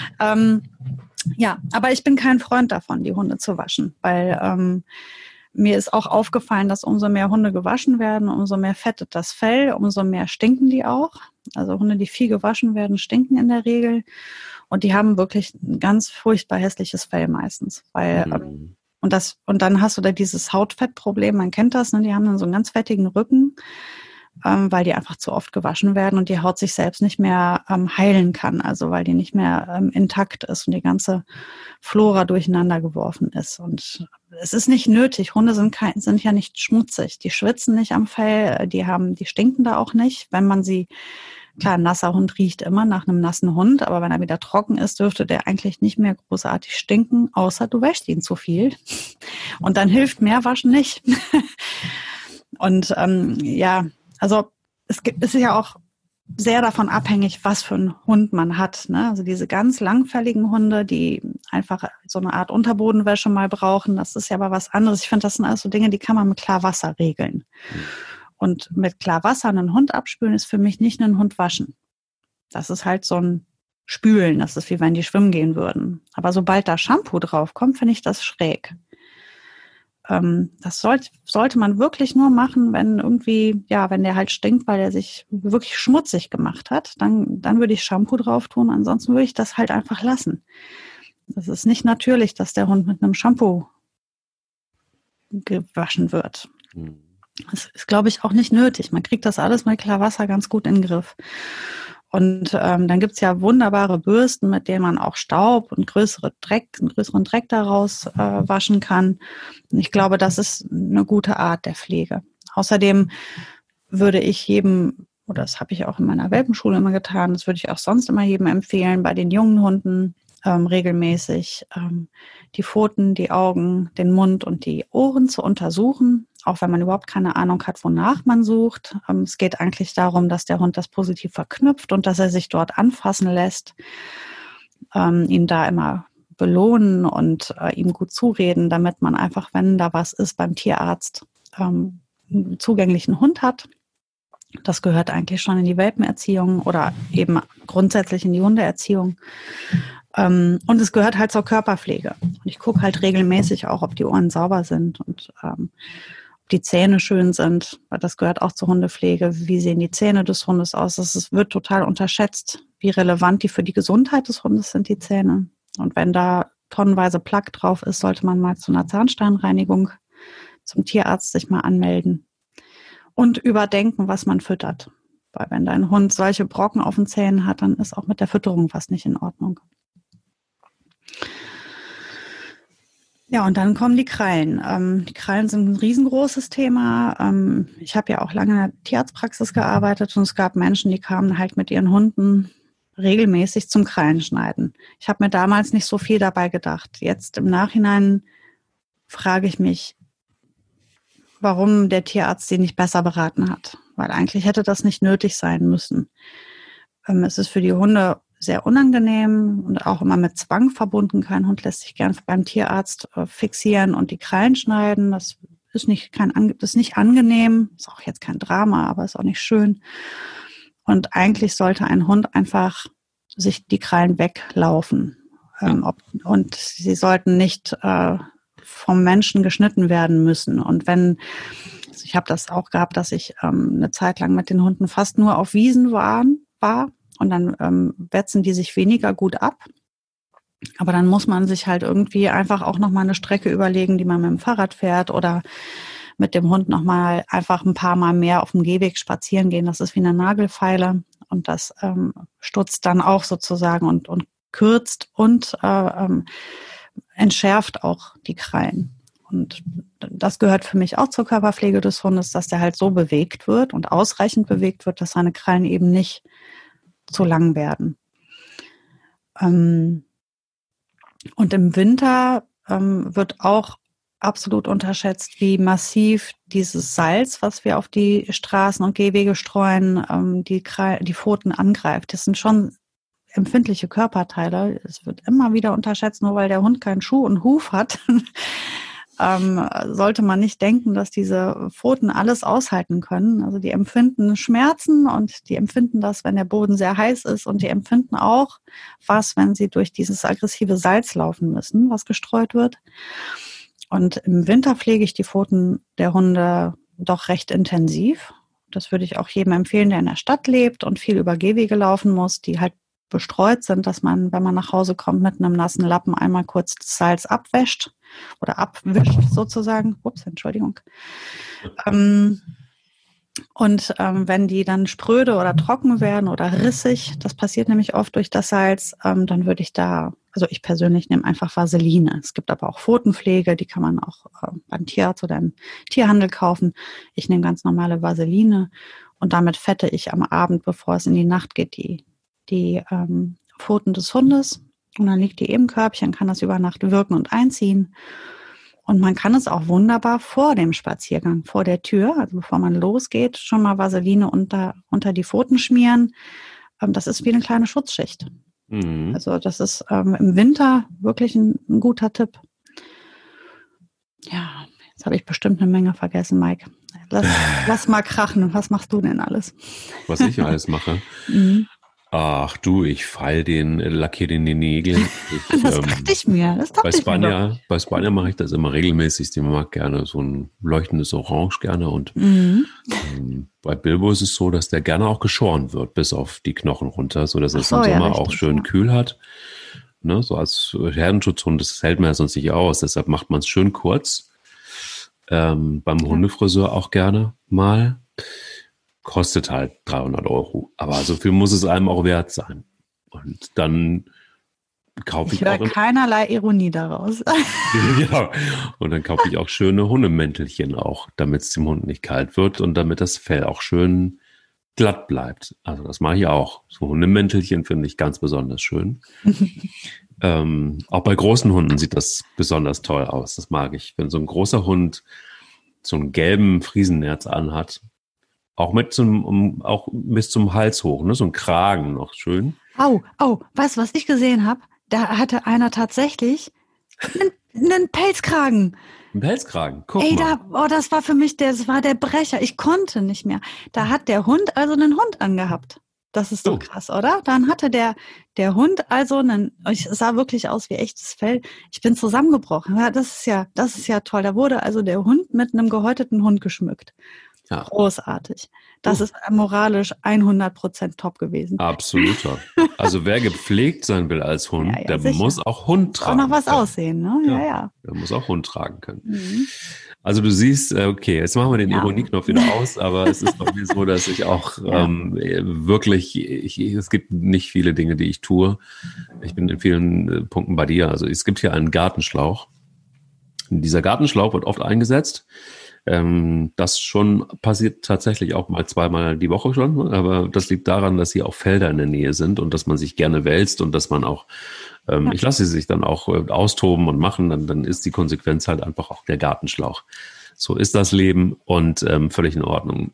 Ja, aber ich bin kein Freund davon, die Hunde zu waschen, weil mir ist auch aufgefallen, dass umso mehr Hunde gewaschen werden, umso mehr fettet das Fell, umso mehr stinken die auch. Also Hunde, die viel gewaschen werden, stinken in der Regel. Und die haben wirklich ein ganz furchtbar hässliches Fell meistens, weil und dann hast du da dieses Hautfettproblem, man kennt das, ne? Die haben dann so einen ganz fettigen Rücken, weil die einfach zu oft gewaschen werden und die Haut sich selbst nicht mehr heilen kann, also weil die nicht mehr intakt ist und die ganze Flora durcheinander geworfen ist. Und es ist nicht nötig. Hunde sind ja nicht schmutzig. Die schwitzen nicht am Fell, die stinken da auch nicht, wenn man sie Klar, ein nasser Hund riecht immer nach einem nassen Hund, aber wenn er wieder trocken ist, dürfte der eigentlich nicht mehr großartig stinken, außer du wäschst ihn zu viel. Und dann hilft mehr Waschen nicht. Und also es ist ja auch sehr davon abhängig, was für einen Hund man hat. Ne? Also diese ganz langfälligen Hunde, die einfach so eine Art Unterbodenwäsche mal brauchen, das ist ja aber was anderes. Ich finde, das sind alles so Dinge, die kann man mit Klarwasser regeln. Und mit Klarwasser einen Hund abspülen ist für mich nicht einen Hund waschen. Das ist halt so ein Spülen. Das ist wie wenn die schwimmen gehen würden. Aber sobald da Shampoo drauf kommt, finde ich das schräg. Das sollte man wirklich nur machen, wenn irgendwie, wenn der halt stinkt, weil der sich wirklich schmutzig gemacht hat. Dann würde ich Shampoo drauf tun. Ansonsten würde ich das halt einfach lassen. Das ist nicht natürlich, dass der Hund mit einem Shampoo gewaschen wird. Das ist, glaube ich, auch nicht nötig. Man kriegt das alles mit Klarwasser ganz gut in den Griff. Und dann gibt's ja wunderbare Bürsten, mit denen man auch Staub und größeren Dreck daraus waschen kann. Und ich glaube, das ist eine gute Art der Pflege. Außerdem würde ich jedem, oder das habe ich auch in meiner Welpenschule immer getan, das würde ich auch sonst immer jedem empfehlen, bei den jungen Hunden regelmäßig die Pfoten, die Augen, den Mund und die Ohren zu untersuchen, auch wenn man überhaupt keine Ahnung hat, wonach man sucht. Es geht eigentlich darum, dass der Hund das positiv verknüpft und dass er sich dort anfassen lässt, ihn da immer belohnen und ihm gut zureden, damit man einfach, wenn da was ist, beim Tierarzt einen zugänglichen Hund hat. Das gehört eigentlich schon in die Welpenerziehung oder eben grundsätzlich in die Hundeerziehung. Und es gehört halt zur Körperpflege. Und ich gucke halt regelmäßig auch, ob die Ohren sauber sind und ob die Zähne schön sind, weil das gehört auch zur Hundepflege. Wie sehen die Zähne des Hundes aus? Es wird total unterschätzt, wie relevant die für die Gesundheit des Hundes sind, die Zähne. Und wenn da tonnenweise Plaque drauf ist, sollte man mal zu einer Zahnsteinreinigung zum Tierarzt sich mal anmelden und überdenken, was man füttert. Weil wenn dein Hund solche Brocken auf den Zähnen hat, dann ist auch mit der Fütterung was nicht in Ordnung. Ja, und dann kommen die Krallen. Die Krallen sind ein riesengroßes Thema. Ich habe ja auch lange in der Tierarztpraxis gearbeitet und es gab Menschen, die kamen halt mit ihren Hunden regelmäßig zum Krallenschneiden. Ich habe mir damals nicht so viel dabei gedacht. Jetzt im Nachhinein frage ich mich, warum der Tierarzt sie nicht besser beraten hat. Weil eigentlich hätte das nicht nötig sein müssen. Es ist für die Hunde sehr unangenehm und auch immer mit Zwang verbunden. Kein Hund lässt sich gern beim Tierarzt fixieren und die Krallen schneiden. Das ist nicht angenehm, ist auch jetzt kein Drama, aber ist auch nicht schön. Und eigentlich sollte ein Hund einfach sich die Krallen weglaufen. Und sie sollten nicht vom Menschen geschnitten werden müssen. Und ich habe das auch gehabt, dass ich eine Zeit lang mit den Hunden fast nur auf Wiesen war. Und dann wetzen die sich weniger gut ab. Aber dann muss man sich halt irgendwie einfach auch nochmal eine Strecke überlegen, die man mit dem Fahrrad fährt oder mit dem Hund nochmal einfach ein paar Mal mehr auf dem Gehweg spazieren gehen. Das ist wie eine Nagelfeile und das stutzt dann auch sozusagen und kürzt und entschärft auch die Krallen. Und das gehört für mich auch zur Körperpflege des Hundes, dass der halt so bewegt wird und ausreichend bewegt wird, dass seine Krallen eben nicht zu lang werden. Und im Winter wird auch absolut unterschätzt, wie massiv dieses Salz, was wir auf die Straßen und Gehwege streuen, die Pfoten angreift. Das sind schon empfindliche Körperteile. Es wird immer wieder unterschätzt, nur weil der Hund keinen Schuh und Huf hat. Sollte man nicht denken, dass diese Pfoten alles aushalten können. Also die empfinden Schmerzen und die empfinden das, wenn der Boden sehr heiß ist und die empfinden auch was, wenn sie durch dieses aggressive Salz laufen müssen, was gestreut wird. Und im Winter pflege ich die Pfoten der Hunde doch recht intensiv. Das würde ich auch jedem empfehlen, der in der Stadt lebt und viel über Gehwege laufen muss, die halt bestreut sind, dass man, wenn man nach Hause kommt, mit einem nassen Lappen einmal kurz das Salz abwäscht oder abwischt sozusagen. Ups, Entschuldigung. Wenn die dann spröde oder trocken werden oder rissig, das passiert nämlich oft durch das Salz, dann würde ich ich persönlich nehme einfach Vaseline. Es gibt aber auch Pfotenpflege, die kann man auch beim Tierarzt oder im Tierhandel kaufen. Ich nehme ganz normale Vaseline Und damit fette ich am Abend, bevor es in die Nacht geht, die Pfoten des Hundes. Und dann liegt die im Körbchen, kann das über Nacht wirken und einziehen. Und man kann es auch wunderbar vor dem Spaziergang, vor der Tür, also bevor man losgeht, schon mal Vaseline unter die Pfoten schmieren. Das ist wie eine kleine Schutzschicht. Mhm. Also das ist im Winter wirklich ein guter Tipp. Ja, jetzt habe ich bestimmt eine Menge vergessen, Mike. Lass mal krachen. Was machst du denn alles? Was ich alles mache? Ach du, ich lackiere den die Nägel. Das dachte ich mir. Bei Spanier mache ich das immer regelmäßig. Die mag gerne so ein leuchtendes Orange gerne. Und bei Bilbo ist es so, dass der gerne auch geschoren wird, bis auf die Knochen runter, sodass es im Sommer auch schön kühl hat. Ne, so als Herdenschutzhund, das hält man ja sonst nicht aus. Deshalb macht man es schön kurz. Beim Hundefriseur auch gerne mal. Kostet halt 300 €. Aber so viel muss es einem auch wert sein. Und dann kaufe ich höre keinerlei Ironie daraus. Ja, und dann kaufe ich auch schöne Hundemäntelchen auch, damit es dem Hund nicht kalt wird und damit das Fell auch schön glatt bleibt. Also das mache ich auch. So Hundemäntelchen finde ich ganz besonders schön. Auch bei großen Hunden sieht das besonders toll aus. Das mag ich. Wenn so ein großer Hund so einen gelben Friesennerz anhat, auch bis zum Hals hoch, ne? So ein Kragen noch schön. Weißt du, was ich gesehen habe? Da hatte einer tatsächlich einen Pelzkragen. Ein Pelzkragen, guck mal. Das war für mich das war der Brecher. Ich konnte nicht mehr. Da hat der Hund also einen Hund angehabt. Das ist so krass, oder? Dann hatte der Hund also es sah wirklich aus wie echtes Fell. Ich bin zusammengebrochen. Ja, das ist ja toll. Da wurde also der Hund mit einem gehäuteten Hund geschmückt. Ja. Großartig. Das ist moralisch 100% top gewesen. Absoluter. Also wer gepflegt sein will als Hund, der sicher. Muss auch Hund tragen. Auch noch was aussehen, ne? Ja. Der muss auch Hund tragen können. Mhm. Also du siehst, okay, jetzt machen wir den Ironieknopf wieder aus, aber es ist bei mir so, dass ich auch es gibt nicht viele Dinge, die ich tue. Ich bin in vielen Punkten bei dir. Also es gibt hier einen Gartenschlauch. Dieser Gartenschlauch wird oft eingesetzt. Das schon passiert tatsächlich auch mal 2-mal die Woche schon, aber das liegt daran, dass hier auch Felder in der Nähe sind und dass man sich gerne wälzt und dass man auch, ich lasse sie sich dann auch austoben und machen, dann ist die Konsequenz halt einfach auch der Gartenschlauch. So ist das Leben und völlig in Ordnung.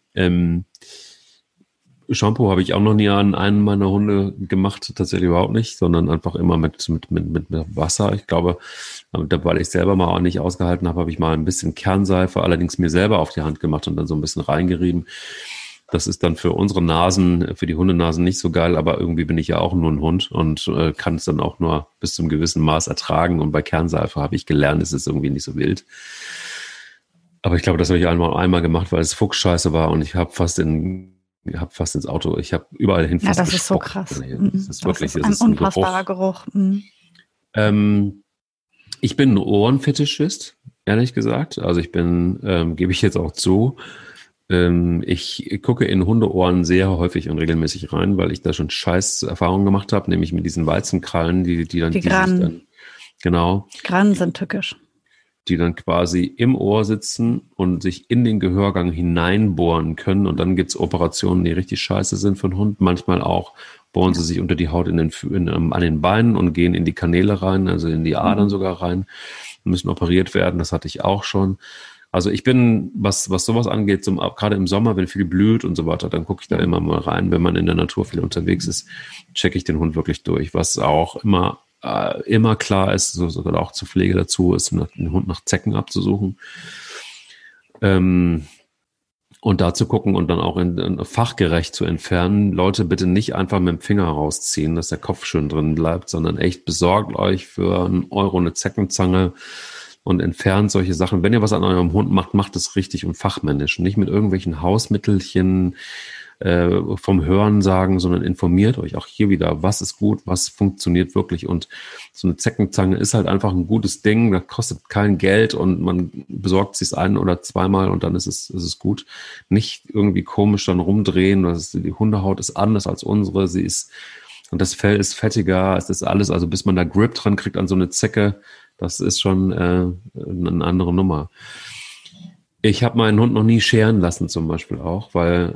Shampoo habe ich auch noch nie an einen meiner Hunde gemacht, tatsächlich überhaupt nicht, sondern einfach immer mit Wasser. Ich glaube, weil ich selber mal auch nicht ausgehalten habe ich mal ein bisschen Kernseife, allerdings mir selber auf die Hand gemacht und dann so ein bisschen reingerieben. Das ist dann für unsere Nasen, für die Hundenasen nicht so geil, aber irgendwie bin ich ja auch nur ein Hund und kann es dann auch nur bis zum gewissen Maß ertragen. Und bei Kernseife habe ich gelernt, es ist irgendwie nicht so wild. Aber ich glaube, das habe ich einmal gemacht, weil es Fuchsscheiße war und ich habe fast ins Auto, ich habe überall hin fast das ist so krass. Das ist wirklich ein unfassbarer Geruch. Ich bin ein Ohrenfetischist, ehrlich gesagt. Also ich bin, gebe ich jetzt auch zu, ich gucke in Hundeohren sehr häufig und regelmäßig rein, weil ich da schon scheiß Erfahrungen gemacht habe, nämlich mit diesen Walzenkrallen, die Grannen. Genau. Grannen sind tückisch. Die dann quasi im Ohr sitzen und sich in den Gehörgang hineinbohren können. Und dann gibt's Operationen, die richtig scheiße sind für den Hund. Manchmal auch bohren sie sich unter die Haut an den Beinen und gehen in die Kanäle rein, also in die Adern sogar rein, müssen operiert werden. Das hatte ich auch schon. Also ich bin, was sowas angeht, gerade im Sommer, wenn viel blüht und so weiter, dann gucke ich da immer mal rein. Wenn man in der Natur viel unterwegs ist, checke ich den Hund wirklich durch. Was auch immer klar ist, so sogar auch zur Pflege dazu, ist, den Hund nach Zecken abzusuchen. Und da zu gucken und dann auch fachgerecht zu entfernen. Leute, bitte nicht einfach mit dem Finger rausziehen, dass der Kopf schön drin bleibt, sondern echt besorgt euch für einen Euro eine Zeckenzange und entfernt solche Sachen. Wenn ihr was an eurem Hund macht, macht es richtig und fachmännisch. Nicht mit irgendwelchen Hausmittelchen vom Hören sagen, sondern informiert euch auch hier wieder, was ist gut, was funktioniert wirklich. Und so eine Zeckenzange ist halt einfach ein gutes Ding, das kostet kein Geld und man besorgt sich es 1- oder 2-mal und dann ist es gut. Nicht irgendwie komisch dann rumdrehen, die Hundehaut ist anders als unsere, und das Fell ist fettiger, es ist alles, also bis man da Grip dran kriegt an so eine Zecke, das ist schon eine andere Nummer. Ich habe meinen Hund noch nie scheren lassen zum Beispiel auch, weil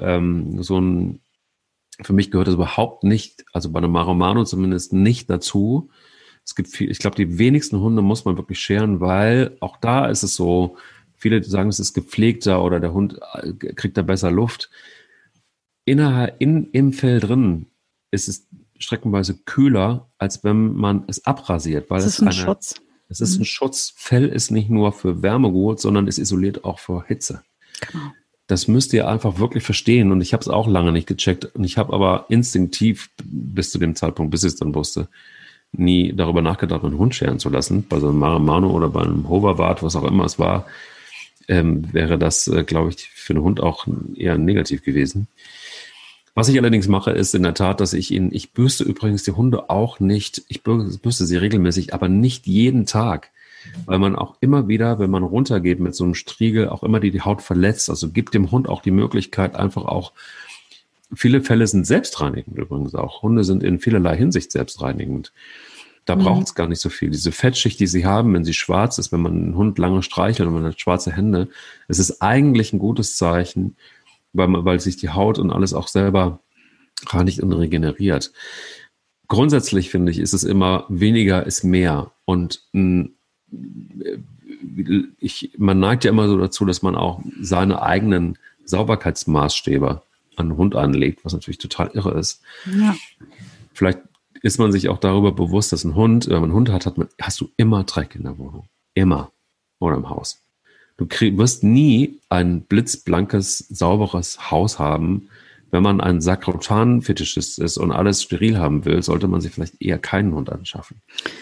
für mich gehört das überhaupt nicht, also bei einem Maromano zumindest nicht dazu. Es gibt viel, ich glaube, die wenigsten Hunde muss man wirklich scheren, weil auch da ist es so, viele sagen, es ist gepflegter oder der Hund kriegt da besser Luft. Im Fell drin ist es streckenweise kühler, als wenn man es abrasiert, weil Das ist ein Schutz. Es ist ein Schutz. Fell ist nicht nur für Wärme gut, sondern es isoliert auch vor Hitze. Genau. Das müsst ihr einfach wirklich verstehen. Und ich habe es auch lange nicht gecheckt. Und ich habe aber instinktiv bis zu dem Zeitpunkt, bis ich es dann wusste, nie darüber nachgedacht, einen Hund scheren zu lassen. Bei so einem Maremano oder bei einem Hoverwart, was auch immer es war, wäre das, glaube ich, für einen Hund auch eher negativ gewesen. Was ich allerdings mache, ist in der Tat, dass ich bürste übrigens die Hunde auch nicht, ich bürste sie regelmäßig, aber nicht jeden Tag, weil man auch immer wieder, wenn man runtergeht mit so einem Striegel, auch immer die Haut verletzt. Also gibt dem Hund auch die Möglichkeit, einfach auch, viele Fälle sind selbstreinigend übrigens auch. Hunde sind in vielerlei Hinsicht selbstreinigend. Da braucht es gar nicht so viel. Diese Fettschicht, die sie haben, wenn sie schwarz ist, wenn man einen Hund lange streichelt und man hat schwarze Hände, es ist eigentlich ein gutes Zeichen, weil sich die Haut und alles auch selber reinigt und regeneriert. Grundsätzlich finde ich, ist es immer weniger ist mehr. Und man neigt ja immer so dazu, dass man auch seine eigenen Sauberkeitsmaßstäbe an den Hund anlegt, was natürlich total irre ist. Ja. Vielleicht ist man sich auch darüber bewusst, dass wenn man einen Hund hat, hast du immer Dreck in der Wohnung. Immer. Oder im Haus. Du wirst nie ein blitzblankes, sauberes Haus haben. Wenn man ein Sakrotan-Fetischist ist und alles steril haben will, sollte man sich vielleicht eher keinen Hund anschaffen.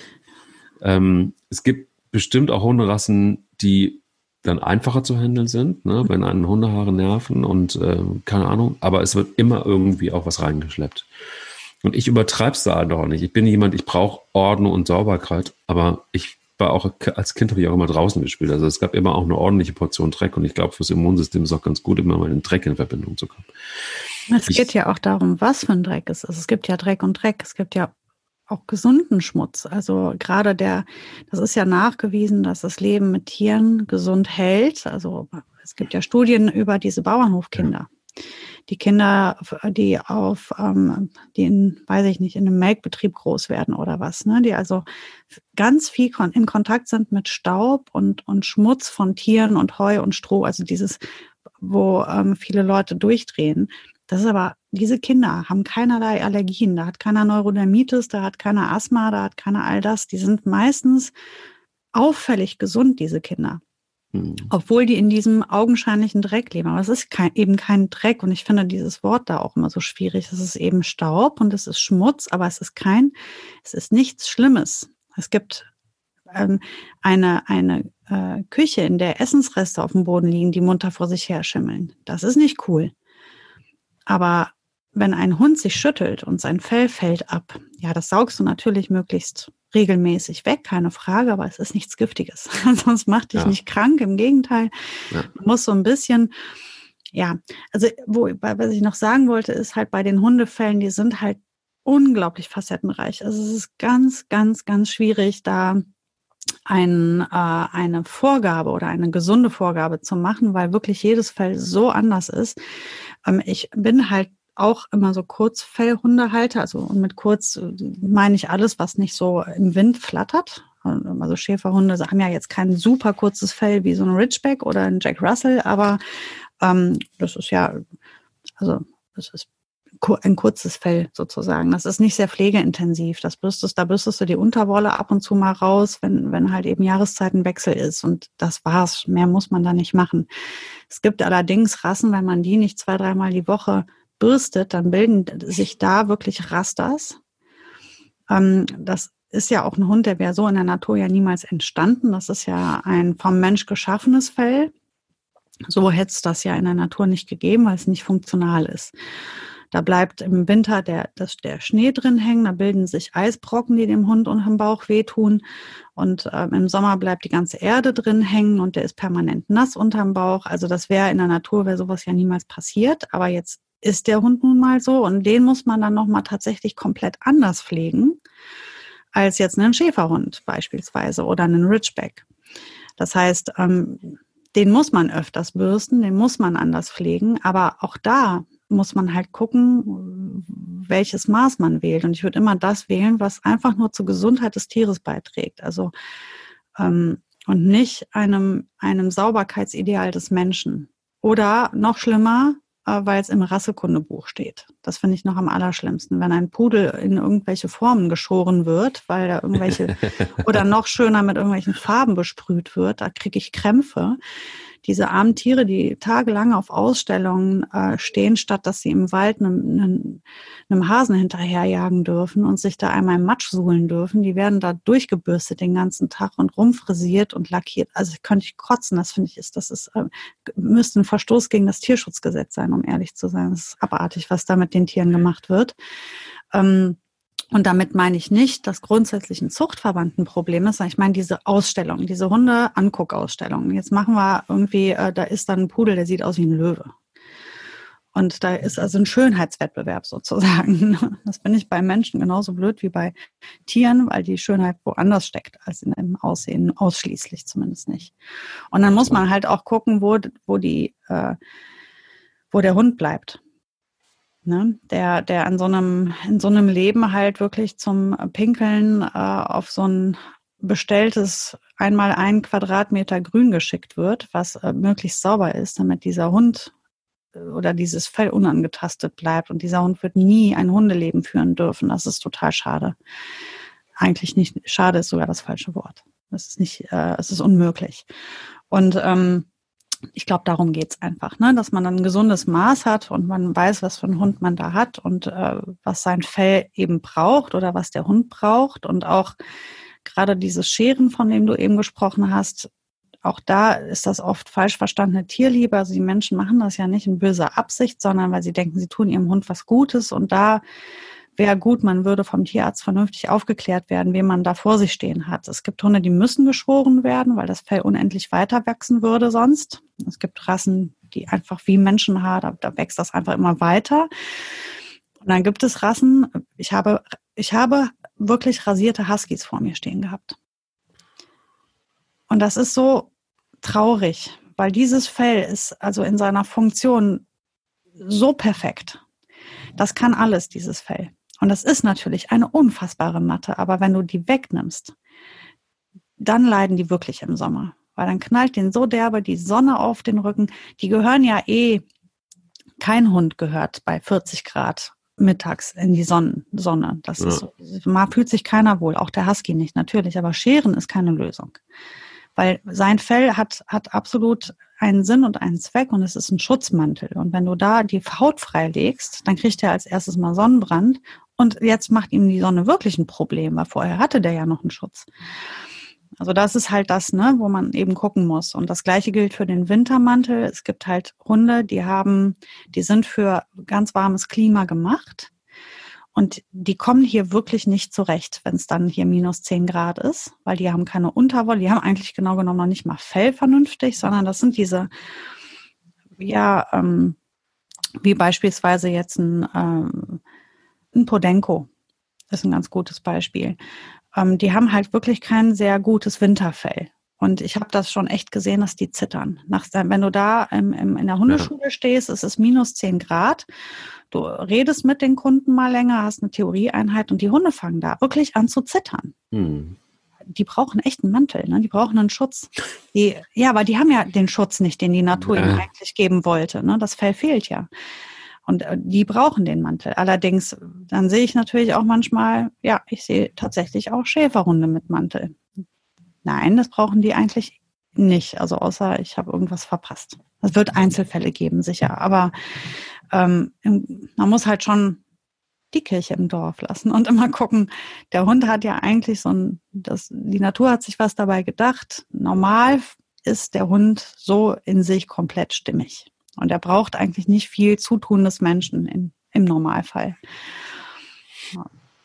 Es gibt bestimmt auch Hunderassen, die dann einfacher zu handeln sind, ne, wenn einen Hundehaare nerven und keine Ahnung, aber es wird immer irgendwie auch was reingeschleppt. Und ich übertreibe es da doch nicht. Ich bin jemand, ich brauche Ordnung und Sauberkeit, aber als Kind habe ich auch immer draußen gespielt. Also es gab immer auch eine ordentliche Portion Dreck und ich glaube, fürs Immunsystem ist es auch ganz gut, immer mal mit dem Dreck in Verbindung zu kommen. Es geht ja auch darum, was für ein Dreck es ist. Es gibt ja Dreck und Dreck. Es gibt ja auch gesunden Schmutz. Also gerade das ist ja nachgewiesen, dass das Leben mit Tieren gesund hält. Also es gibt ja Studien über diese Bauernhofkinder. Ja. Die Kinder, die in einem Melkbetrieb groß werden oder was, ne? Die also ganz viel in Kontakt sind mit Staub und Schmutz von Tieren und Heu und Stroh, also dieses, wo viele Leute durchdrehen. Das ist aber, diese Kinder haben keinerlei Allergien, da hat keiner Neurodermitis, da hat keiner Asthma, da hat keiner all das. Die sind meistens auffällig gesund, diese Kinder. Obwohl die in diesem augenscheinlichen Dreck leben. Aber es ist eben kein Dreck. Und ich finde dieses Wort da auch immer so schwierig. Es ist eben Staub und es ist Schmutz, aber es ist nichts Schlimmes. Es gibt eine Küche, in der Essensreste auf dem Boden liegen, die munter vor sich her schimmeln. Das ist nicht cool. Aber wenn ein Hund sich schüttelt und sein Fell fällt ab, ja, das saugst du natürlich möglichst regelmäßig weg, keine Frage, aber es ist nichts Giftiges. Sonst macht dich nicht krank, im Gegenteil. Ja. Man muss so ein bisschen, also was ich noch sagen wollte, ist halt bei den Hundefällen, die sind halt unglaublich facettenreich. Also es ist ganz, ganz, ganz schwierig, da eine Vorgabe oder eine gesunde Vorgabe zu machen, weil wirklich jedes Fell so anders ist. Ich bin halt auch immer so Kurzfellhundehalter, also und mit kurz meine ich alles, was nicht so im Wind flattert. Also Schäferhunde haben ja jetzt kein super kurzes Fell wie so ein Ridgeback oder ein Jack Russell, aber das ist ein kurzes Fell sozusagen. Das ist nicht sehr pflegeintensiv. Da bürstest du die Unterwolle ab und zu mal raus, wenn halt eben Jahreszeitenwechsel ist. Und das war's. Mehr muss man da nicht machen. Es gibt allerdings Rassen, wenn man die nicht 2-3 Mal die Woche bürstet, dann bilden sich da wirklich Rasters. Das ist ja auch ein Hund, der wäre so in der Natur ja niemals entstanden. Das ist ja ein vom Mensch geschaffenes Fell. So hätte es das ja in der Natur nicht gegeben, weil es nicht funktional ist. Da bleibt im Winter der Schnee drin hängen, da bilden sich Eisbrocken, die dem Hund unterm Bauch wehtun. Und im Sommer bleibt die ganze Erde drin hängen und der ist permanent nass unterm Bauch. Also das wäre in der Natur, wäre sowas ja niemals passiert. Aber jetzt ist der Hund nun mal so und den muss man dann nochmal tatsächlich komplett anders pflegen als jetzt einen Schäferhund beispielsweise oder einen Ridgeback. Das heißt, Den muss man öfters bürsten, den muss man anders pflegen, aber auch da muss man halt gucken, welches Maß man wählt. Und ich würde immer das wählen, was einfach nur zur Gesundheit des Tieres beiträgt. Also und nicht einem Sauberkeitsideal des Menschen. Oder noch schlimmer, weil es im Rassekundebuch steht. Das finde ich noch am allerschlimmsten. Wenn ein Pudel in irgendwelche Formen geschoren wird, weil da irgendwelche, oder noch schöner mit irgendwelchen Farben besprüht wird, da kriege ich Krämpfe. Diese armen Tiere, die tagelang auf Ausstellungen stehen, statt dass sie im Wald einem Hasen hinterherjagen dürfen und sich da einmal im Matsch suhlen dürfen, die werden da durchgebürstet den ganzen Tag und rumfrisiert und lackiert. Also könnte ich kotzen, das finde ich, müsste ein Verstoß gegen das Tierschutzgesetz sein, um ehrlich zu sein. Das ist abartig, was da mit den Tieren gemacht wird. Und damit meine ich nicht, dass grundsätzlich ein Zuchtverband ein Problem ist, sondern ich meine diese Ausstellung, diese Hunde-Anguckausstellung. Jetzt machen wir irgendwie, da ist dann ein Pudel, der sieht aus wie ein Löwe. Und da ist also ein Schönheitswettbewerb sozusagen. Das finde ich bei Menschen genauso blöd wie bei Tieren, weil die Schönheit woanders steckt als in dem Aussehen, ausschließlich zumindest nicht. Und dann muss man halt auch gucken, wo der Hund bleibt. Ne, der in so einem Leben halt wirklich zum Pinkeln auf so ein bestelltes 1x1 Quadratmeter Grün geschickt wird, was möglichst sauber ist, damit dieser Hund oder dieses Fell unangetastet bleibt. Und dieser Hund wird nie ein Hundeleben führen dürfen. Das ist total schade. Eigentlich nicht, schade ist sogar das falsche Wort. Das ist nicht, es ist unmöglich. Und ich glaube, darum geht's einfach, ne? Dass man dann ein gesundes Maß hat und man weiß, was für einen Hund man da hat und was sein Fell eben braucht oder was der Hund braucht. Und auch gerade dieses Scheren, von dem du eben gesprochen hast, auch da ist das oft falsch verstandene Tierliebe. Also die Menschen machen das ja nicht in böser Absicht, sondern weil sie denken, sie tun ihrem Hund was Gutes. Und da wäre gut, man würde vom Tierarzt vernünftig aufgeklärt werden, wen man da vor sich stehen hat. Es gibt Hunde, die müssen geschoren werden, weil das Fell unendlich weiter wachsen würde sonst. Es gibt Rassen, die einfach wie Menschenhaar, da wächst das einfach immer weiter. Und dann gibt es Rassen, ich habe wirklich rasierte Huskies vor mir stehen gehabt. Und das ist so traurig, weil dieses Fell ist also in seiner Funktion so perfekt. Das kann alles, dieses Fell. Und das ist natürlich eine unfassbare Matte, aber wenn du die wegnimmst, dann leiden die wirklich im Sommer. Weil dann knallt denen so derbe die Sonne auf den Rücken. Die gehören ja kein Hund gehört bei 40 Grad mittags in die Sonne. Das ist so, mal fühlt sich keiner wohl, auch der Husky nicht natürlich, aber Scheren ist keine Lösung. Weil sein Fell hat absolut einen Sinn und einen Zweck und es ist ein Schutzmantel. Und wenn du da die Haut freilegst, dann kriegt er als erstes mal Sonnenbrand und jetzt macht ihm die Sonne wirklich ein Problem, weil vorher hatte der ja noch einen Schutz. Also das ist halt das, ne, wo man eben gucken muss. Und das Gleiche gilt für den Wintermantel. Es gibt halt Hunde, die sind für ganz warmes Klima gemacht. Und die kommen hier wirklich nicht zurecht, wenn es dann hier -10 Grad ist, weil die haben keine Unterwolle, die haben eigentlich genau genommen noch nicht mal Fell vernünftig, sondern das sind diese, wie beispielsweise jetzt ein Podenco, das ist ein ganz gutes Beispiel. Die haben halt wirklich kein sehr gutes Winterfell. Und ich habe das schon echt gesehen, dass die zittern. Wenn du da in der Hundeschule stehst, es ist -10 Grad. Du redest mit den Kunden mal länger, hast eine Theorieeinheit und die Hunde fangen da wirklich an zu zittern. Die brauchen echt einen Mantel, ne? Die brauchen einen Schutz. Aber die haben ja den Schutz nicht, den die Natur ihnen eigentlich geben wollte. Ne? Das Fell fehlt ja. Und die brauchen den Mantel. Allerdings, dann sehe ich natürlich auch manchmal, ich sehe tatsächlich auch Schäferhunde mit Mantel. Nein, das brauchen die eigentlich nicht. Also außer ich habe irgendwas verpasst. Es wird Einzelfälle geben, sicher. Aber man muss halt schon die Kirche im Dorf lassen und immer gucken, der Hund hat ja eigentlich die Natur hat sich was dabei gedacht. Normal ist der Hund so in sich komplett stimmig. Und er braucht eigentlich nicht viel Zutun des Menschen im Normalfall. Ja.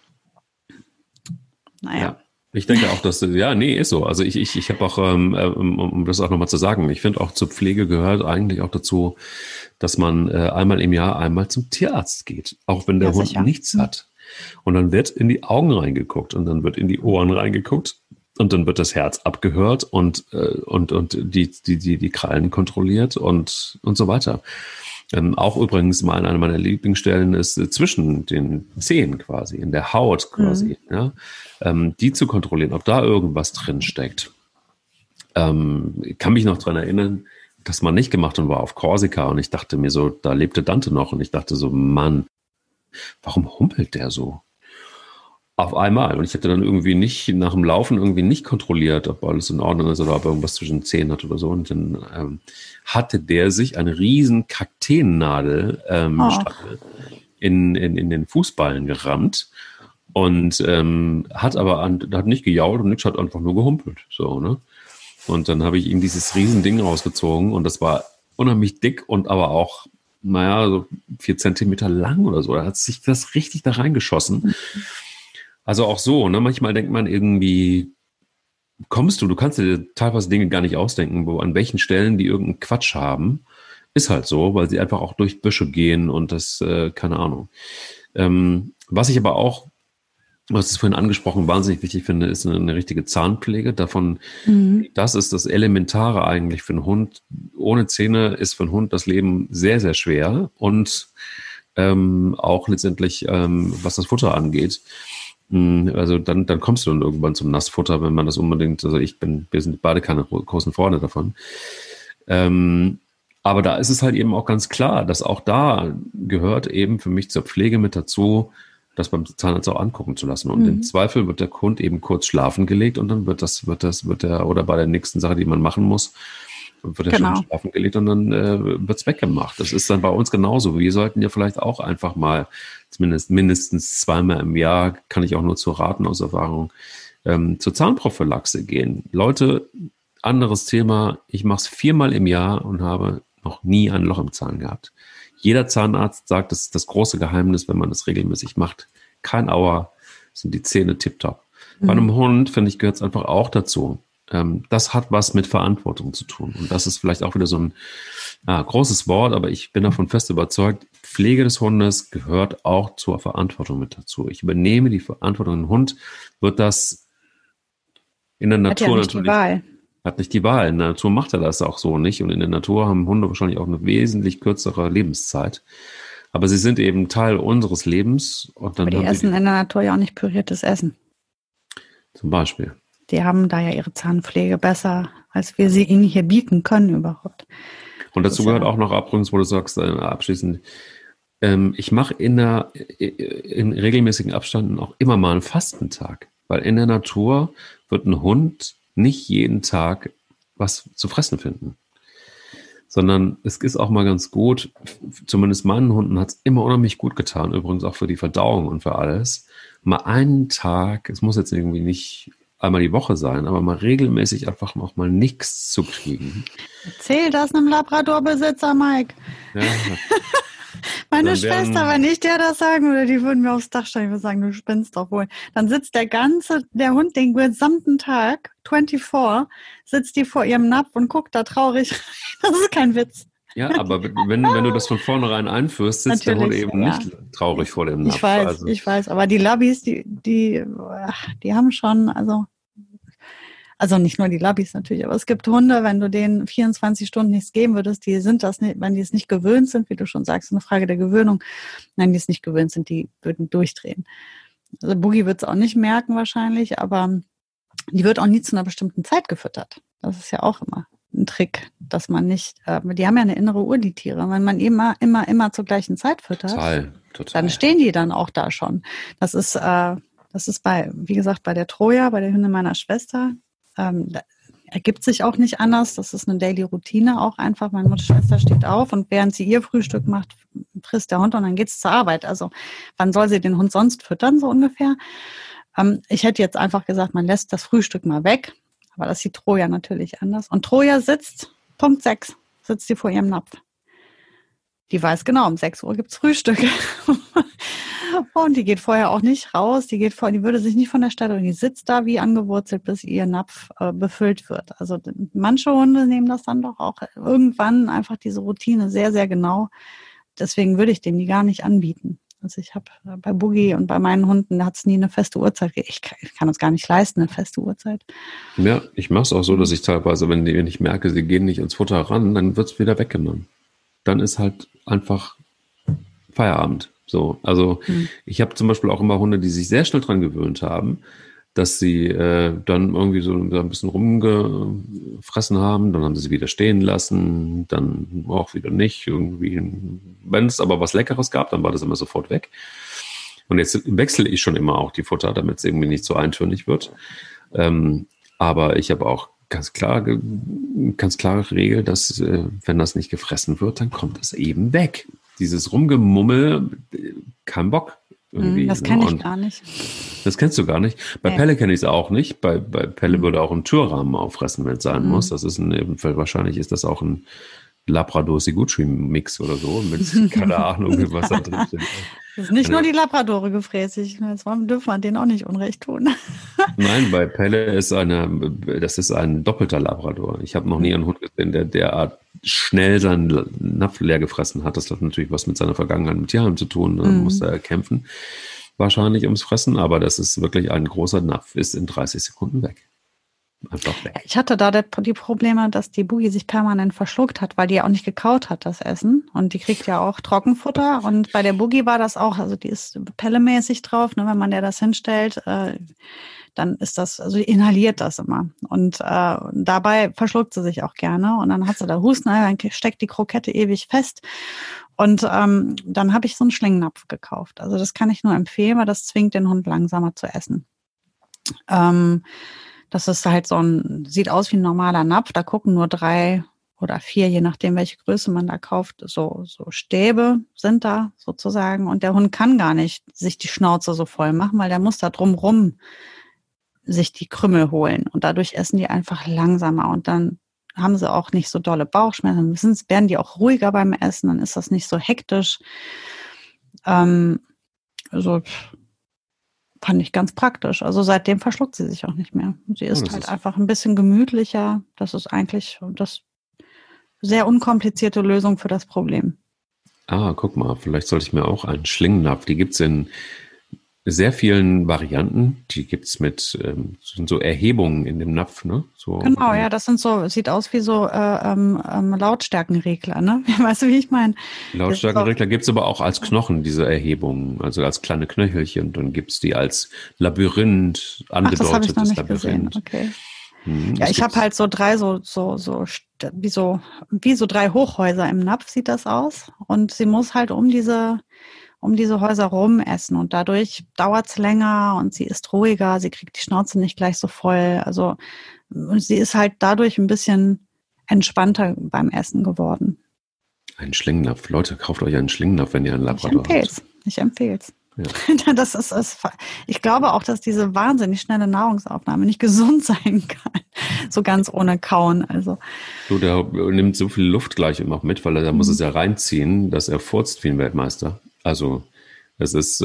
Naja. Ja. Ich denke auch, dass, ist so. Also ich habe auch, um das auch nochmal zu sagen, ich finde auch zur Pflege gehört eigentlich auch dazu, dass man einmal im Jahr einmal zum Tierarzt geht, auch wenn der Hund nichts hat. Und dann wird in die Augen reingeguckt und dann wird in die Ohren reingeguckt und dann wird das Herz abgehört und die Krallen kontrolliert und so weiter. Auch übrigens mal eine meiner Lieblingsstellen ist zwischen den Zehen quasi, in der Haut quasi, ja, die zu kontrollieren, ob da irgendwas drin steckt. Ich kann mich noch dran erinnern, das mal nicht gemacht und war auf Korsika und ich dachte mir so, da lebte Dante noch und ich dachte so, Mann, warum humpelt der so? Auf einmal. Und ich hatte dann irgendwie nicht, nach dem Laufen irgendwie nicht kontrolliert, ob alles in Ordnung ist oder ob er irgendwas zwischen den Zähnen hat oder so. Und dann hatte der sich eine riesen Kakteennadel in den Fußballen gerammt und hat nicht gejault und nichts, hat einfach nur gehumpelt. So, ne? Und dann habe ich ihm dieses riesen Ding rausgezogen und das war unheimlich dick und aber auch, so 4 Zentimeter lang oder so. Da hat sich das richtig da reingeschossen. Also auch so, ne? Manchmal denkt man irgendwie, du kannst dir teilweise Dinge gar nicht ausdenken, an welchen Stellen die irgendeinen Quatsch haben. Ist halt so, weil sie einfach auch durch Büsche gehen und das, keine Ahnung. Was ich aber auch, was ich vorhin angesprochen, wahnsinnig wichtig finde, ist eine richtige Zahnpflege. Das ist das Elementare eigentlich für einen Hund. Ohne Zähne ist für einen Hund das Leben sehr, sehr schwer und auch letztendlich, was das Futter angeht. Also dann kommst du dann irgendwann zum Nassfutter, wenn man das unbedingt, wir sind beide keine großen Freunde davon. Aber da ist es halt eben auch ganz klar, dass auch da gehört eben für mich zur Pflege mit dazu, das beim Zahnarzt auch angucken zu lassen. Und im Zweifel wird der Hund eben kurz schlafen gelegt und dann wird er, oder bei der nächsten Sache, die man machen muss, wird er schon schlafen gelegt und dann wird's weggemacht. Das ist dann bei uns genauso. Wir sollten ja vielleicht auch einfach mal mindestens 2-mal im Jahr, kann ich auch nur zu raten aus Erfahrung, zur Zahnprophylaxe gehen. Leute, anderes Thema, ich mache es 4-mal im Jahr und habe noch nie ein Loch im Zahn gehabt. Jeder Zahnarzt sagt, das ist das große Geheimnis, wenn man das regelmäßig macht. Kein Auer, sind die Zähne tipptopp. Bei einem Hund, finde ich, gehört es einfach auch dazu. Das hat was mit Verantwortung zu tun. Und das ist vielleicht auch wieder so ein großes Wort, aber ich bin davon fest überzeugt, Pflege des Hundes gehört auch zur Verantwortung mit dazu. Ich übernehme die Verantwortung. Ein Hund wird das in der Natur natürlich... Hat nicht die Wahl. In der Natur macht er das auch so nicht. Und in der Natur haben Hunde wahrscheinlich auch eine wesentlich kürzere Lebenszeit. Aber sie sind eben Teil unseres Lebens. Und dann aber die essen in der Natur ja auch nicht püriertes Essen. Zum Beispiel. Die haben da ja ihre Zahnpflege besser, als wir sie ihnen hier bieten können überhaupt. Und dazu gehört auch noch übrigens, wo du sagst, abschließend, ich mache in regelmäßigen Abständen auch immer mal einen Fastentag. Weil in der Natur wird ein Hund nicht jeden Tag was zu fressen finden. Sondern es ist auch mal ganz gut, zumindest meinen Hunden hat es immer unheimlich gut getan, übrigens auch für die Verdauung und für alles, mal einen Tag, es muss jetzt irgendwie nicht einmal die Woche sein, aber mal regelmäßig einfach auch mal nichts zu kriegen. Erzähl das einem Labradorbesitzer, Mike. Ja. Meine Schwester, wenn ich der das sagen würde, die würden mir aufs Dach steigen und sagen, du spinnst doch wohl. Dann sitzt der Hund den gesamten Tag, 24, sitzt die vor ihrem Napf und guckt da traurig rein. Das ist kein Witz. Ja, aber wenn du das von vornherein einführst, sitzt der Hund eben nicht traurig vor dem Napf. Ich weiß, aber die Labbys, die haben schon, also nicht nur die Labbys natürlich, aber es gibt Hunde, wenn du denen 24 Stunden nichts geben würdest, die sind das nicht, wenn die es nicht gewöhnt sind, wie du schon sagst, eine Frage der Gewöhnung. Wenn die es nicht gewöhnt sind, die würden durchdrehen. Also Boogie wird es auch nicht merken wahrscheinlich, aber die wird auch nie zu einer bestimmten Zeit gefüttert. Das ist ja auch immer ein Trick, dass man nicht, die haben ja eine innere Uhr, die Tiere. Wenn man immer zur gleichen Zeit füttert, total. Dann stehen die dann auch da schon. Das ist wie gesagt, bei der Troja, bei der Hündin meiner Schwester, ergibt sich auch nicht anders. Das ist eine Daily-Routine auch einfach. Meine Schwester steht auf und während sie ihr Frühstück macht, frisst der Hund und dann geht's zur Arbeit. Also wann soll sie den Hund sonst füttern, so ungefähr? Ich hätte jetzt einfach gesagt, man lässt das Frühstück mal weg. Aber das sieht Troja natürlich anders. Und Troja Punkt 6, sitzt sie vor ihrem Napf. Die weiß genau, um 6 Uhr gibt's Frühstück. Und die geht vorher auch nicht raus, die würde sich nicht von der Stadt und die sitzt da wie angewurzelt, bis ihr Napf befüllt wird. Also manche Hunde nehmen das dann doch auch irgendwann einfach diese Routine sehr, sehr genau. Deswegen würde ich denen die gar nicht anbieten. Also ich habe bei Boogie und bei meinen Hunden, da hat es nie eine feste Uhrzeit. Ich kann uns gar nicht leisten, eine feste Uhrzeit. Ja, ich mache es auch so, dass ich teilweise, wenn ich merke, sie gehen nicht ins Futter ran, dann wird es wieder weggenommen. Dann ist halt einfach Feierabend. So, also ich habe zum Beispiel auch immer Hunde, die sich sehr schnell dran gewöhnt haben, dass sie dann irgendwie so ein bisschen rumgefressen haben, dann haben sie wieder stehen lassen, dann auch wieder nicht. Irgendwie, wenn es aber was Leckeres gab, dann war das immer sofort weg. Und jetzt wechsle ich schon immer auch die Futter, damit es irgendwie nicht so eintönig wird. Aber ich habe auch ganz klare Regel, dass wenn das nicht gefressen wird, dann kommt es eben weg. Dieses Rumgemummel, kein Bock. Irgendwie, das kenne ich gar nicht. Das kennst du gar nicht. Bei Pelle kenne ich es auch nicht. Bei Pelle würde auch ein Türrahmen auffressen, wenn es sein muss. Das ist wahrscheinlich ist das auch ein Labrador-Siguchi-Mix oder so. Mit, keine Ahnung, was da drin steht. Das ist nicht nur die Labradore gefräßig. Das dürfen wir denen auch nicht Unrecht tun. Nein, bei Pelle ist das ist ein doppelter Labrador. Ich habe noch nie einen Hund gesehen, der derart schnell seinen Napf leer gefressen hat. Das hat natürlich was mit seiner Vergangenheit mit Tierheim zu tun. Da muss er kämpfen, wahrscheinlich ums Fressen. Aber das ist wirklich ein großer Napf, ist in 30 Sekunden weg. Einfach weg. Ich hatte da die Probleme, dass die Boogie sich permanent verschluckt hat, weil die ja auch nicht gekaut hat, das Essen. Und die kriegt ja auch Trockenfutter. Und bei der Boogie war das auch, also die ist pellemäßig drauf, ne, wenn man der das hinstellt, dann ist das, also die inhaliert das immer. Und dabei verschluckt sie sich auch gerne. Und dann hat sie da Husten, dann steckt die Krokette ewig fest. Und dann habe ich so einen Schlingennapf gekauft. Also das kann ich nur empfehlen, weil das zwingt den Hund langsamer zu essen. Das ist halt sieht aus wie ein normaler Napf. Da gucken nur 3 oder 4, je nachdem, welche Größe man da kauft, so Stäbe sind da sozusagen. Und der Hund kann gar nicht sich die Schnauze so voll machen, weil der muss da drumrum sich die Krümel holen. Und dadurch essen die einfach langsamer. Und dann haben sie auch nicht so dolle Bauchschmerzen. Dann werden die auch ruhiger beim Essen. Dann ist das nicht so hektisch. Also fand ich ganz praktisch. Also seitdem verschluckt sie sich auch nicht mehr. Sie ist halt einfach ein bisschen gemütlicher. Das ist eigentlich das sehr unkomplizierte Lösung für das Problem. Guck mal, vielleicht sollte ich mir auch einen Schlingennapf, die gibt es in sehr vielen Varianten. Die gibt es mit sind so Erhebungen in dem Napf, ne? So, genau, ja, das sieht aus wie so Lautstärkenregler, ne? Weißt du, wie ich meine? Lautstärkenregler gibt es aber auch als Knochen, diese Erhebungen, also als kleine Knöchelchen. Und dann gibt es die als Labyrinth, angedeutetes das Labyrinth. Gesehen. Okay. Ja, ich habe halt so 3 wie so 3 Hochhäuser im Napf sieht das aus. Und sie muss halt um diese Häuser rum essen und dadurch dauert es länger und sie ist ruhiger, sie kriegt die Schnauze nicht gleich so voll. Also sie ist halt dadurch ein bisschen entspannter beim Essen geworden. Ein Schlingennapf. Leute, kauft euch einen Schlingennapf, wenn ihr einen Labrador habt. Ich empfehle es. Ja. Das ist, ich glaube auch, dass diese wahnsinnig schnelle Nahrungsaufnahme nicht gesund sein kann. So ganz ohne Kauen. Also. Du, der nimmt so viel Luft gleich immer mit, weil er muss es ja reinziehen, dass er furzt wie ein Weltmeister. Also es ist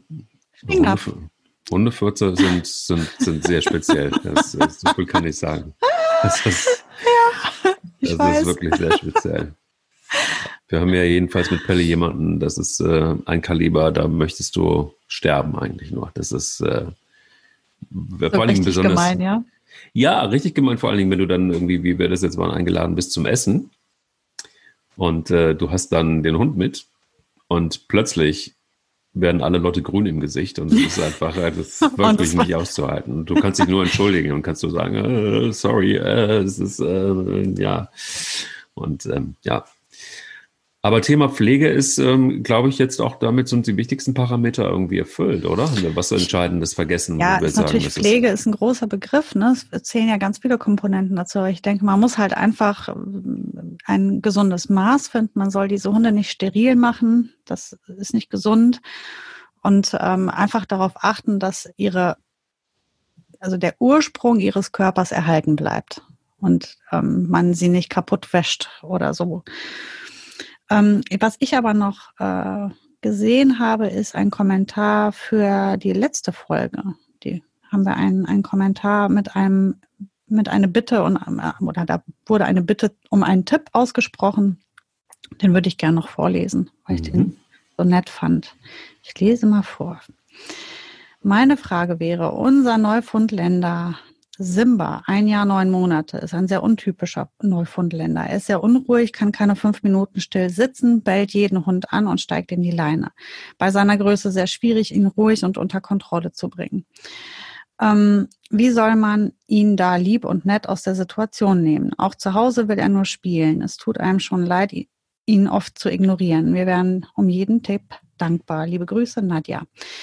Hundefurze sind sehr speziell. So viel kann ich sagen. Das ist wirklich sehr speziell. Wir haben ja jedenfalls mit Pelle jemanden, das ist ein Kaliber, da möchtest du sterben eigentlich nur. Das ist vor allen Dingen besonders gemein, ja? Ja, richtig gemein, vor allen Dingen, wenn du dann irgendwie, wie wir das jetzt waren, eingeladen bist zum Essen und du hast dann den Hund mit und plötzlich werden alle Leute grün im Gesicht und es ist einfach das ist wirklich nicht auszuhalten. Und du kannst dich nur entschuldigen und kannst nur sagen, sorry, es ist, ja. Und ja. Aber Thema Pflege ist, glaube ich, jetzt auch damit sind die wichtigsten Parameter irgendwie erfüllt, oder? Haben wir was Entscheidendes vergessen? Ja, ist natürlich Pflege ist ein großer Begriff, ne? Es zählen ja ganz viele Komponenten dazu. Ich denke, man muss halt einfach ein gesundes Maß finden. Man soll diese Hunde nicht steril machen. Das ist nicht gesund. Und einfach darauf achten, dass der Ursprung ihres Körpers erhalten bleibt und man sie nicht kaputt wäscht oder so. Was ich aber noch gesehen habe, ist ein Kommentar für die letzte Folge. Die haben wir einen Kommentar mit einer Bitte oder da wurde eine Bitte um einen Tipp ausgesprochen. Den würde ich gerne noch vorlesen, weil ich den so nett fand. Ich lese mal vor. Meine Frage wäre, unser Neufundländer Simba, 1 Jahr, 9 Monate, ist ein sehr untypischer Neufundländer. Er ist sehr unruhig, kann keine 5 Minuten still sitzen, bellt jeden Hund an und steigt in die Leine. Bei seiner Größe sehr schwierig, ihn ruhig und unter Kontrolle zu bringen. Wie soll man ihn da lieb und nett aus der Situation nehmen? Auch zu Hause will er nur spielen. Es tut einem schon leid, ihn oft zu ignorieren. Wir wären um jeden Tipp dankbar. Liebe Grüße, Nadja.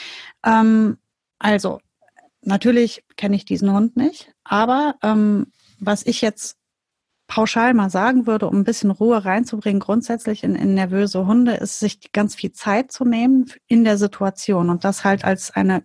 Also, natürlich kenne ich diesen Hund nicht, aber was ich jetzt pauschal mal sagen würde, um ein bisschen Ruhe reinzubringen, grundsätzlich in nervöse Hunde, ist, sich ganz viel Zeit zu nehmen in der Situation und das halt als eine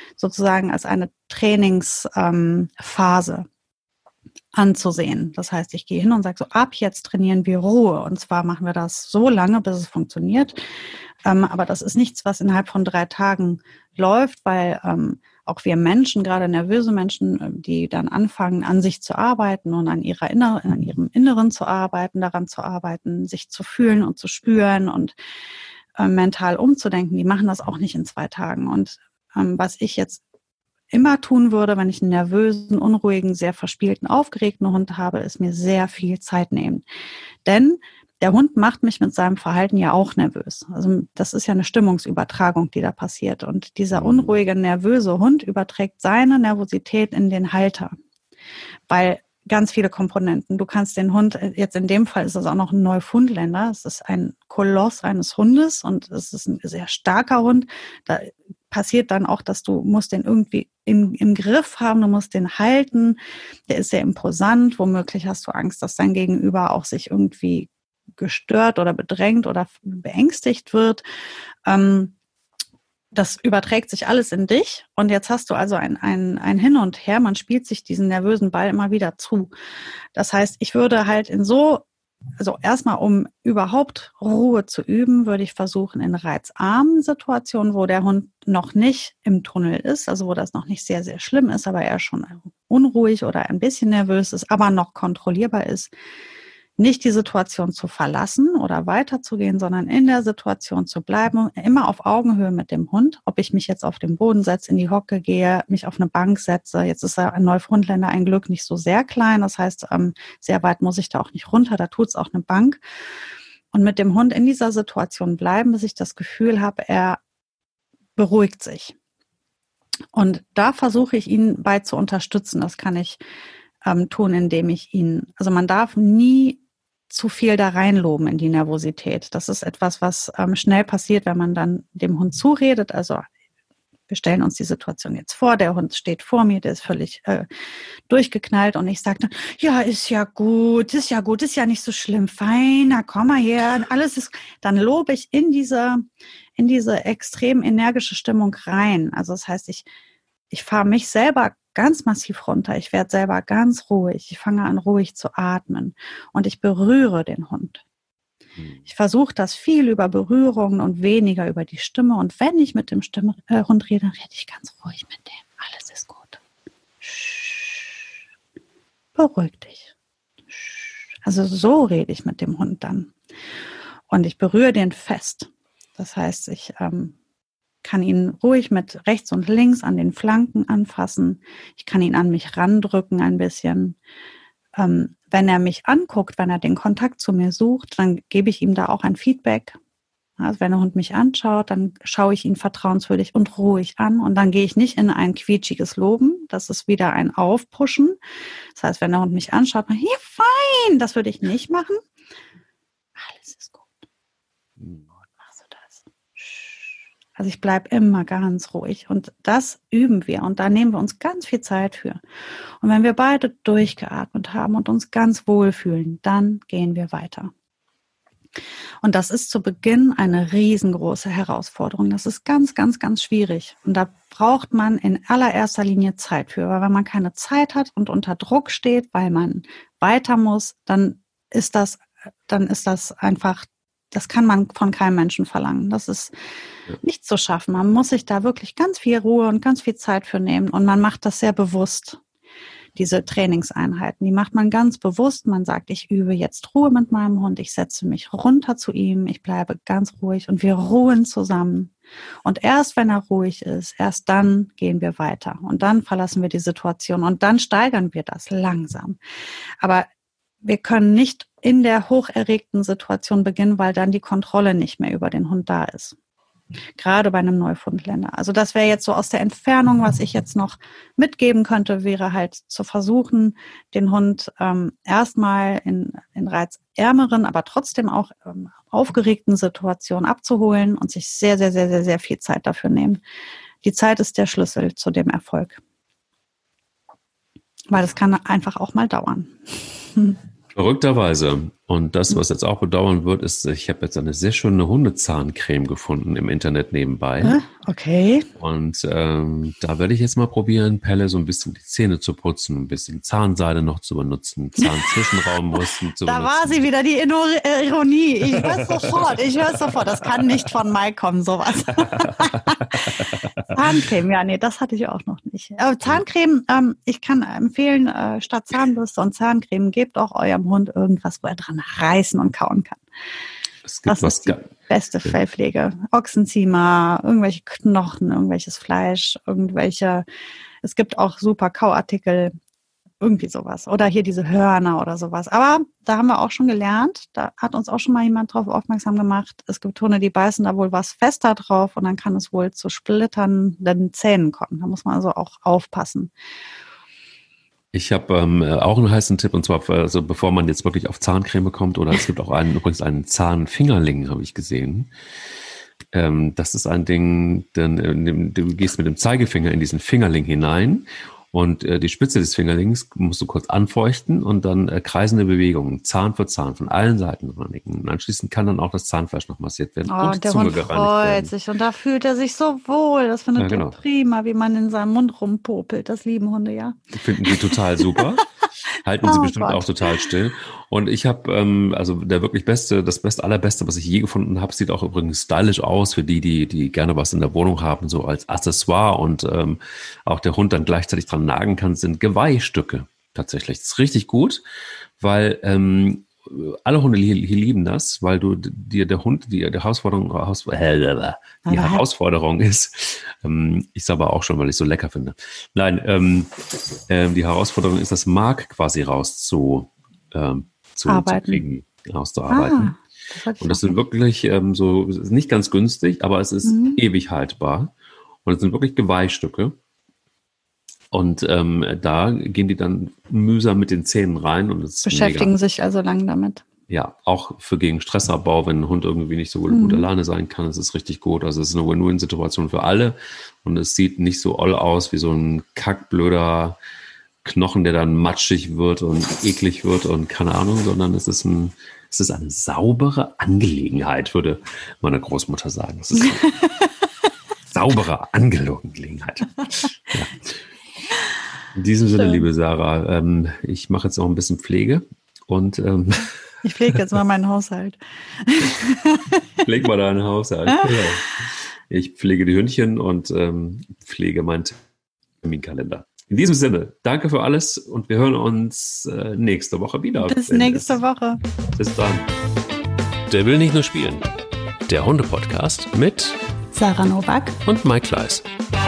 Trainingsphase anzusehen. Das heißt, ich gehe hin und sage so, ab jetzt trainieren wir Ruhe. Und zwar machen wir das so lange, bis es funktioniert. Aber das ist nichts, was innerhalb von 3 Tagen läuft, weil auch wir Menschen, gerade nervöse Menschen, die dann anfangen, an sich zu arbeiten und an ihrem Inneren zu arbeiten, daran zu arbeiten, sich zu fühlen und zu spüren und mental umzudenken, die machen das auch nicht in 2 Tagen. Und was ich jetzt immer tun würde, wenn ich einen nervösen, unruhigen, sehr verspielten, aufgeregten Hund habe, ist mir sehr viel Zeit nehmen. Denn der Hund macht mich mit seinem Verhalten ja auch nervös. Also das ist ja eine Stimmungsübertragung, die da passiert. Und dieser unruhige, nervöse Hund überträgt seine Nervosität in den Halter. Weil ganz viele Komponenten. Du kannst den Hund, jetzt in dem Fall ist es auch noch ein Neufundländer, es ist ein Koloss eines Hundes und es ist ein sehr starker Hund. Da passiert dann auch, dass du musst den irgendwie im Griff haben, du musst den halten. Der ist sehr imposant. Womöglich hast du Angst, dass dein Gegenüber auch sich irgendwie gestört oder bedrängt oder beängstigt wird. Das überträgt sich alles in dich und jetzt hast du also ein Hin und Her, man spielt sich diesen nervösen Ball immer wieder zu. Das heißt, ich würde halt also erstmal, um überhaupt Ruhe zu üben, würde ich versuchen, in reizarmen Situationen, wo der Hund noch nicht im Tunnel ist, also wo das noch nicht sehr, sehr schlimm ist, aber er schon unruhig oder ein bisschen nervös ist, aber noch kontrollierbar ist, nicht die Situation zu verlassen oder weiterzugehen, sondern in der Situation zu bleiben, immer auf Augenhöhe mit dem Hund. Ob ich mich jetzt auf den Boden setze, in die Hocke gehe, mich auf eine Bank setze. Jetzt ist ein Neufundländer ein Glück nicht so sehr klein. Das heißt, sehr weit muss ich da auch nicht runter. Da tut's auch eine Bank. Und mit dem Hund in dieser Situation bleiben, bis ich das Gefühl habe, er beruhigt sich. Und da versuche ich ihn bei zu unterstützen. Das kann ich tun, indem ich also man darf nie zu viel da reinloben in die Nervosität. Das ist etwas, was schnell passiert, wenn man dann dem Hund zuredet. Also wir stellen uns die Situation jetzt vor, der Hund steht vor mir, der ist völlig durchgeknallt und ich sage dann, ja, ist ja gut, ist ja nicht so schlimm, fein, na komm mal her, alles ist, dann lobe ich in diese extrem energische Stimmung rein. Also das heißt, ich fahre mich selber ganz massiv runter. Ich werde selber ganz ruhig. Ich fange an, ruhig zu atmen. Und ich berühre den Hund. Ich versuche das viel über Berührungen und weniger über die Stimme. Und wenn ich mit dem Hund rede, dann rede ich ganz ruhig mit dem. Alles ist gut. Beruhig dich. Also so rede ich mit dem Hund dann. Und ich berühre den fest. Das heißt, ich kann ihn ruhig mit rechts und links an den Flanken anfassen. Ich kann ihn an mich randrücken ein bisschen. Wenn er mich anguckt, wenn er den Kontakt zu mir sucht, dann gebe ich ihm da auch ein Feedback. Also wenn der Hund mich anschaut, dann schaue ich ihn vertrauenswürdig und ruhig an und dann gehe ich nicht in ein quietschiges Loben. Das ist wieder ein Aufpushen. Das heißt, wenn der Hund mich anschaut, hier fein, das würde ich nicht machen. Alles ist gut. Also ich bleibe immer ganz ruhig und das üben wir und da nehmen wir uns ganz viel Zeit für. Und wenn wir beide durchgeatmet haben und uns ganz wohlfühlen, dann gehen wir weiter. Und das ist zu Beginn eine riesengroße Herausforderung. Das ist ganz, ganz, ganz schwierig. Und da braucht man in allererster Linie Zeit für. Weil wenn man keine Zeit hat und unter Druck steht, weil man weiter muss, dann ist das einfach, das kann man von keinem Menschen verlangen. Das ist nicht zu schaffen. Man muss sich da wirklich ganz viel Ruhe und ganz viel Zeit für nehmen und man macht das sehr bewusst. diese Trainingseinheiten. Die macht man ganz bewusst. Man sagt, ich übe jetzt Ruhe mit meinem Hund. Ich setze mich runter zu ihm. Ich bleibe ganz ruhig und wir ruhen zusammen. Und erst wenn er ruhig ist, erst dann gehen wir weiter. Und dann verlassen wir die Situation und dann steigern wir das langsam. Aber wir können nicht in der hocherregten Situation beginnen, weil dann die Kontrolle nicht mehr über den Hund da ist. Gerade bei einem Neufundländer. Also das wäre jetzt so aus der Entfernung, was ich jetzt noch mitgeben könnte, wäre halt zu versuchen, den Hund erstmal in reizärmeren, aber trotzdem auch aufgeregten Situationen abzuholen und sich sehr, sehr, sehr, sehr, sehr viel Zeit dafür nehmen. Die Zeit ist der Schlüssel zu dem Erfolg. Weil das kann einfach auch mal dauern. Verrückterweise. Und das, was jetzt auch bedauern wird, ist, ich habe jetzt eine sehr schöne Hundezahncreme gefunden im Internet nebenbei. Okay. Und da werde ich jetzt mal probieren, Pelle so ein bisschen die Zähne zu putzen, ein bisschen Zahnseide noch zu benutzen, Zahnzwischenraum zu da benutzen. war sie wieder, die Ironie. Ich höre sofort. Das kann nicht von Mike kommen, sowas. Zahncreme, ja, nee, das hatte ich auch noch nicht. Aber Zahncreme, ich kann empfehlen, statt Zahnbürste und Zahncreme, gebt auch eurem Hund irgendwas, wo er dran reißen und kauen kann. Das ist die beste Fellpflege. Ochsenziemer, irgendwelche Knochen, irgendwelches Fleisch, es gibt auch super Kauartikel, irgendwie sowas. Oder hier diese Hörner oder sowas. Aber da haben wir auch schon gelernt, da hat uns auch schon mal jemand drauf aufmerksam gemacht, es gibt Hunde, die beißen da wohl was fester drauf und dann kann es wohl zu splitternden Zähnen kommen. Da muss man also auch aufpassen. Ich habe auch einen heißen Tipp, und zwar, also bevor man jetzt wirklich auf Zahncreme kommt, oder es gibt auch übrigens einen Zahnfingerling, habe ich gesehen. Das ist ein Ding, du gehst mit dem Zeigefinger in diesen Fingerling hinein und die Spitze des Fingerlings musst du kurz anfeuchten und dann kreisende Bewegungen, Zahn für Zahn, von allen Seiten reinigen. Und anschließend kann dann auch das Zahnfleisch noch massiert werden und die der Zunge Hund gereinigt freut werden. sich und da fühlt er sich so wohl. Das findet er prima, wie man in seinem Mund rumpopelt. Das lieben Hunde, ja. Finden die total super. Halten sie bestimmt auch total still. Und ich habe, also das allerbeste, was ich je gefunden habe, sieht auch übrigens stylisch aus für die gerne was in der Wohnung haben, so als Accessoire und auch der Hund dann gleichzeitig dran nagen kann, sind Geweihstücke. Tatsächlich. Das ist richtig gut, weil alle Hunde hier lieben das, weil die Herausforderung ist, ich sage aber auch schon, weil ich es so lecker finde. Nein, die Herausforderung ist, das Mark quasi rauszuarbeiten. Und das sind wirklich so, ist nicht ganz günstig, aber es ist ewig haltbar. Und es sind wirklich Geweihstücke. Und da gehen die dann mühsam mit den Zähnen rein. Und es beschäftigen sich also lang damit. Ja, auch gegen Stressabbau, wenn ein Hund irgendwie nicht so gut alleine sein kann, ist es richtig gut. Also es ist eine Win-Win-Situation für alle. Und es sieht nicht so oll aus wie so ein kackblöder Knochen, der dann matschig wird und eklig wird und keine Ahnung, sondern es ist eine saubere Angelegenheit, würde meine Großmutter sagen. Es ist eine saubere Angelegenheit. Ja. In diesem Sinne, liebe Sarah, ich mache jetzt auch ein bisschen Pflege und ich pflege jetzt mal meinen Haushalt. Pfleg mal deinen Haushalt. Ja. Ich pflege die Hündchen und pflege meinen Terminkalender. In diesem Sinne, danke für alles und wir hören uns nächste Woche wieder. Bis nächste Woche. Bis dann. Der will nicht nur spielen. Der Hunde-Podcast mit Sarah Nowak und Mike Kleiss.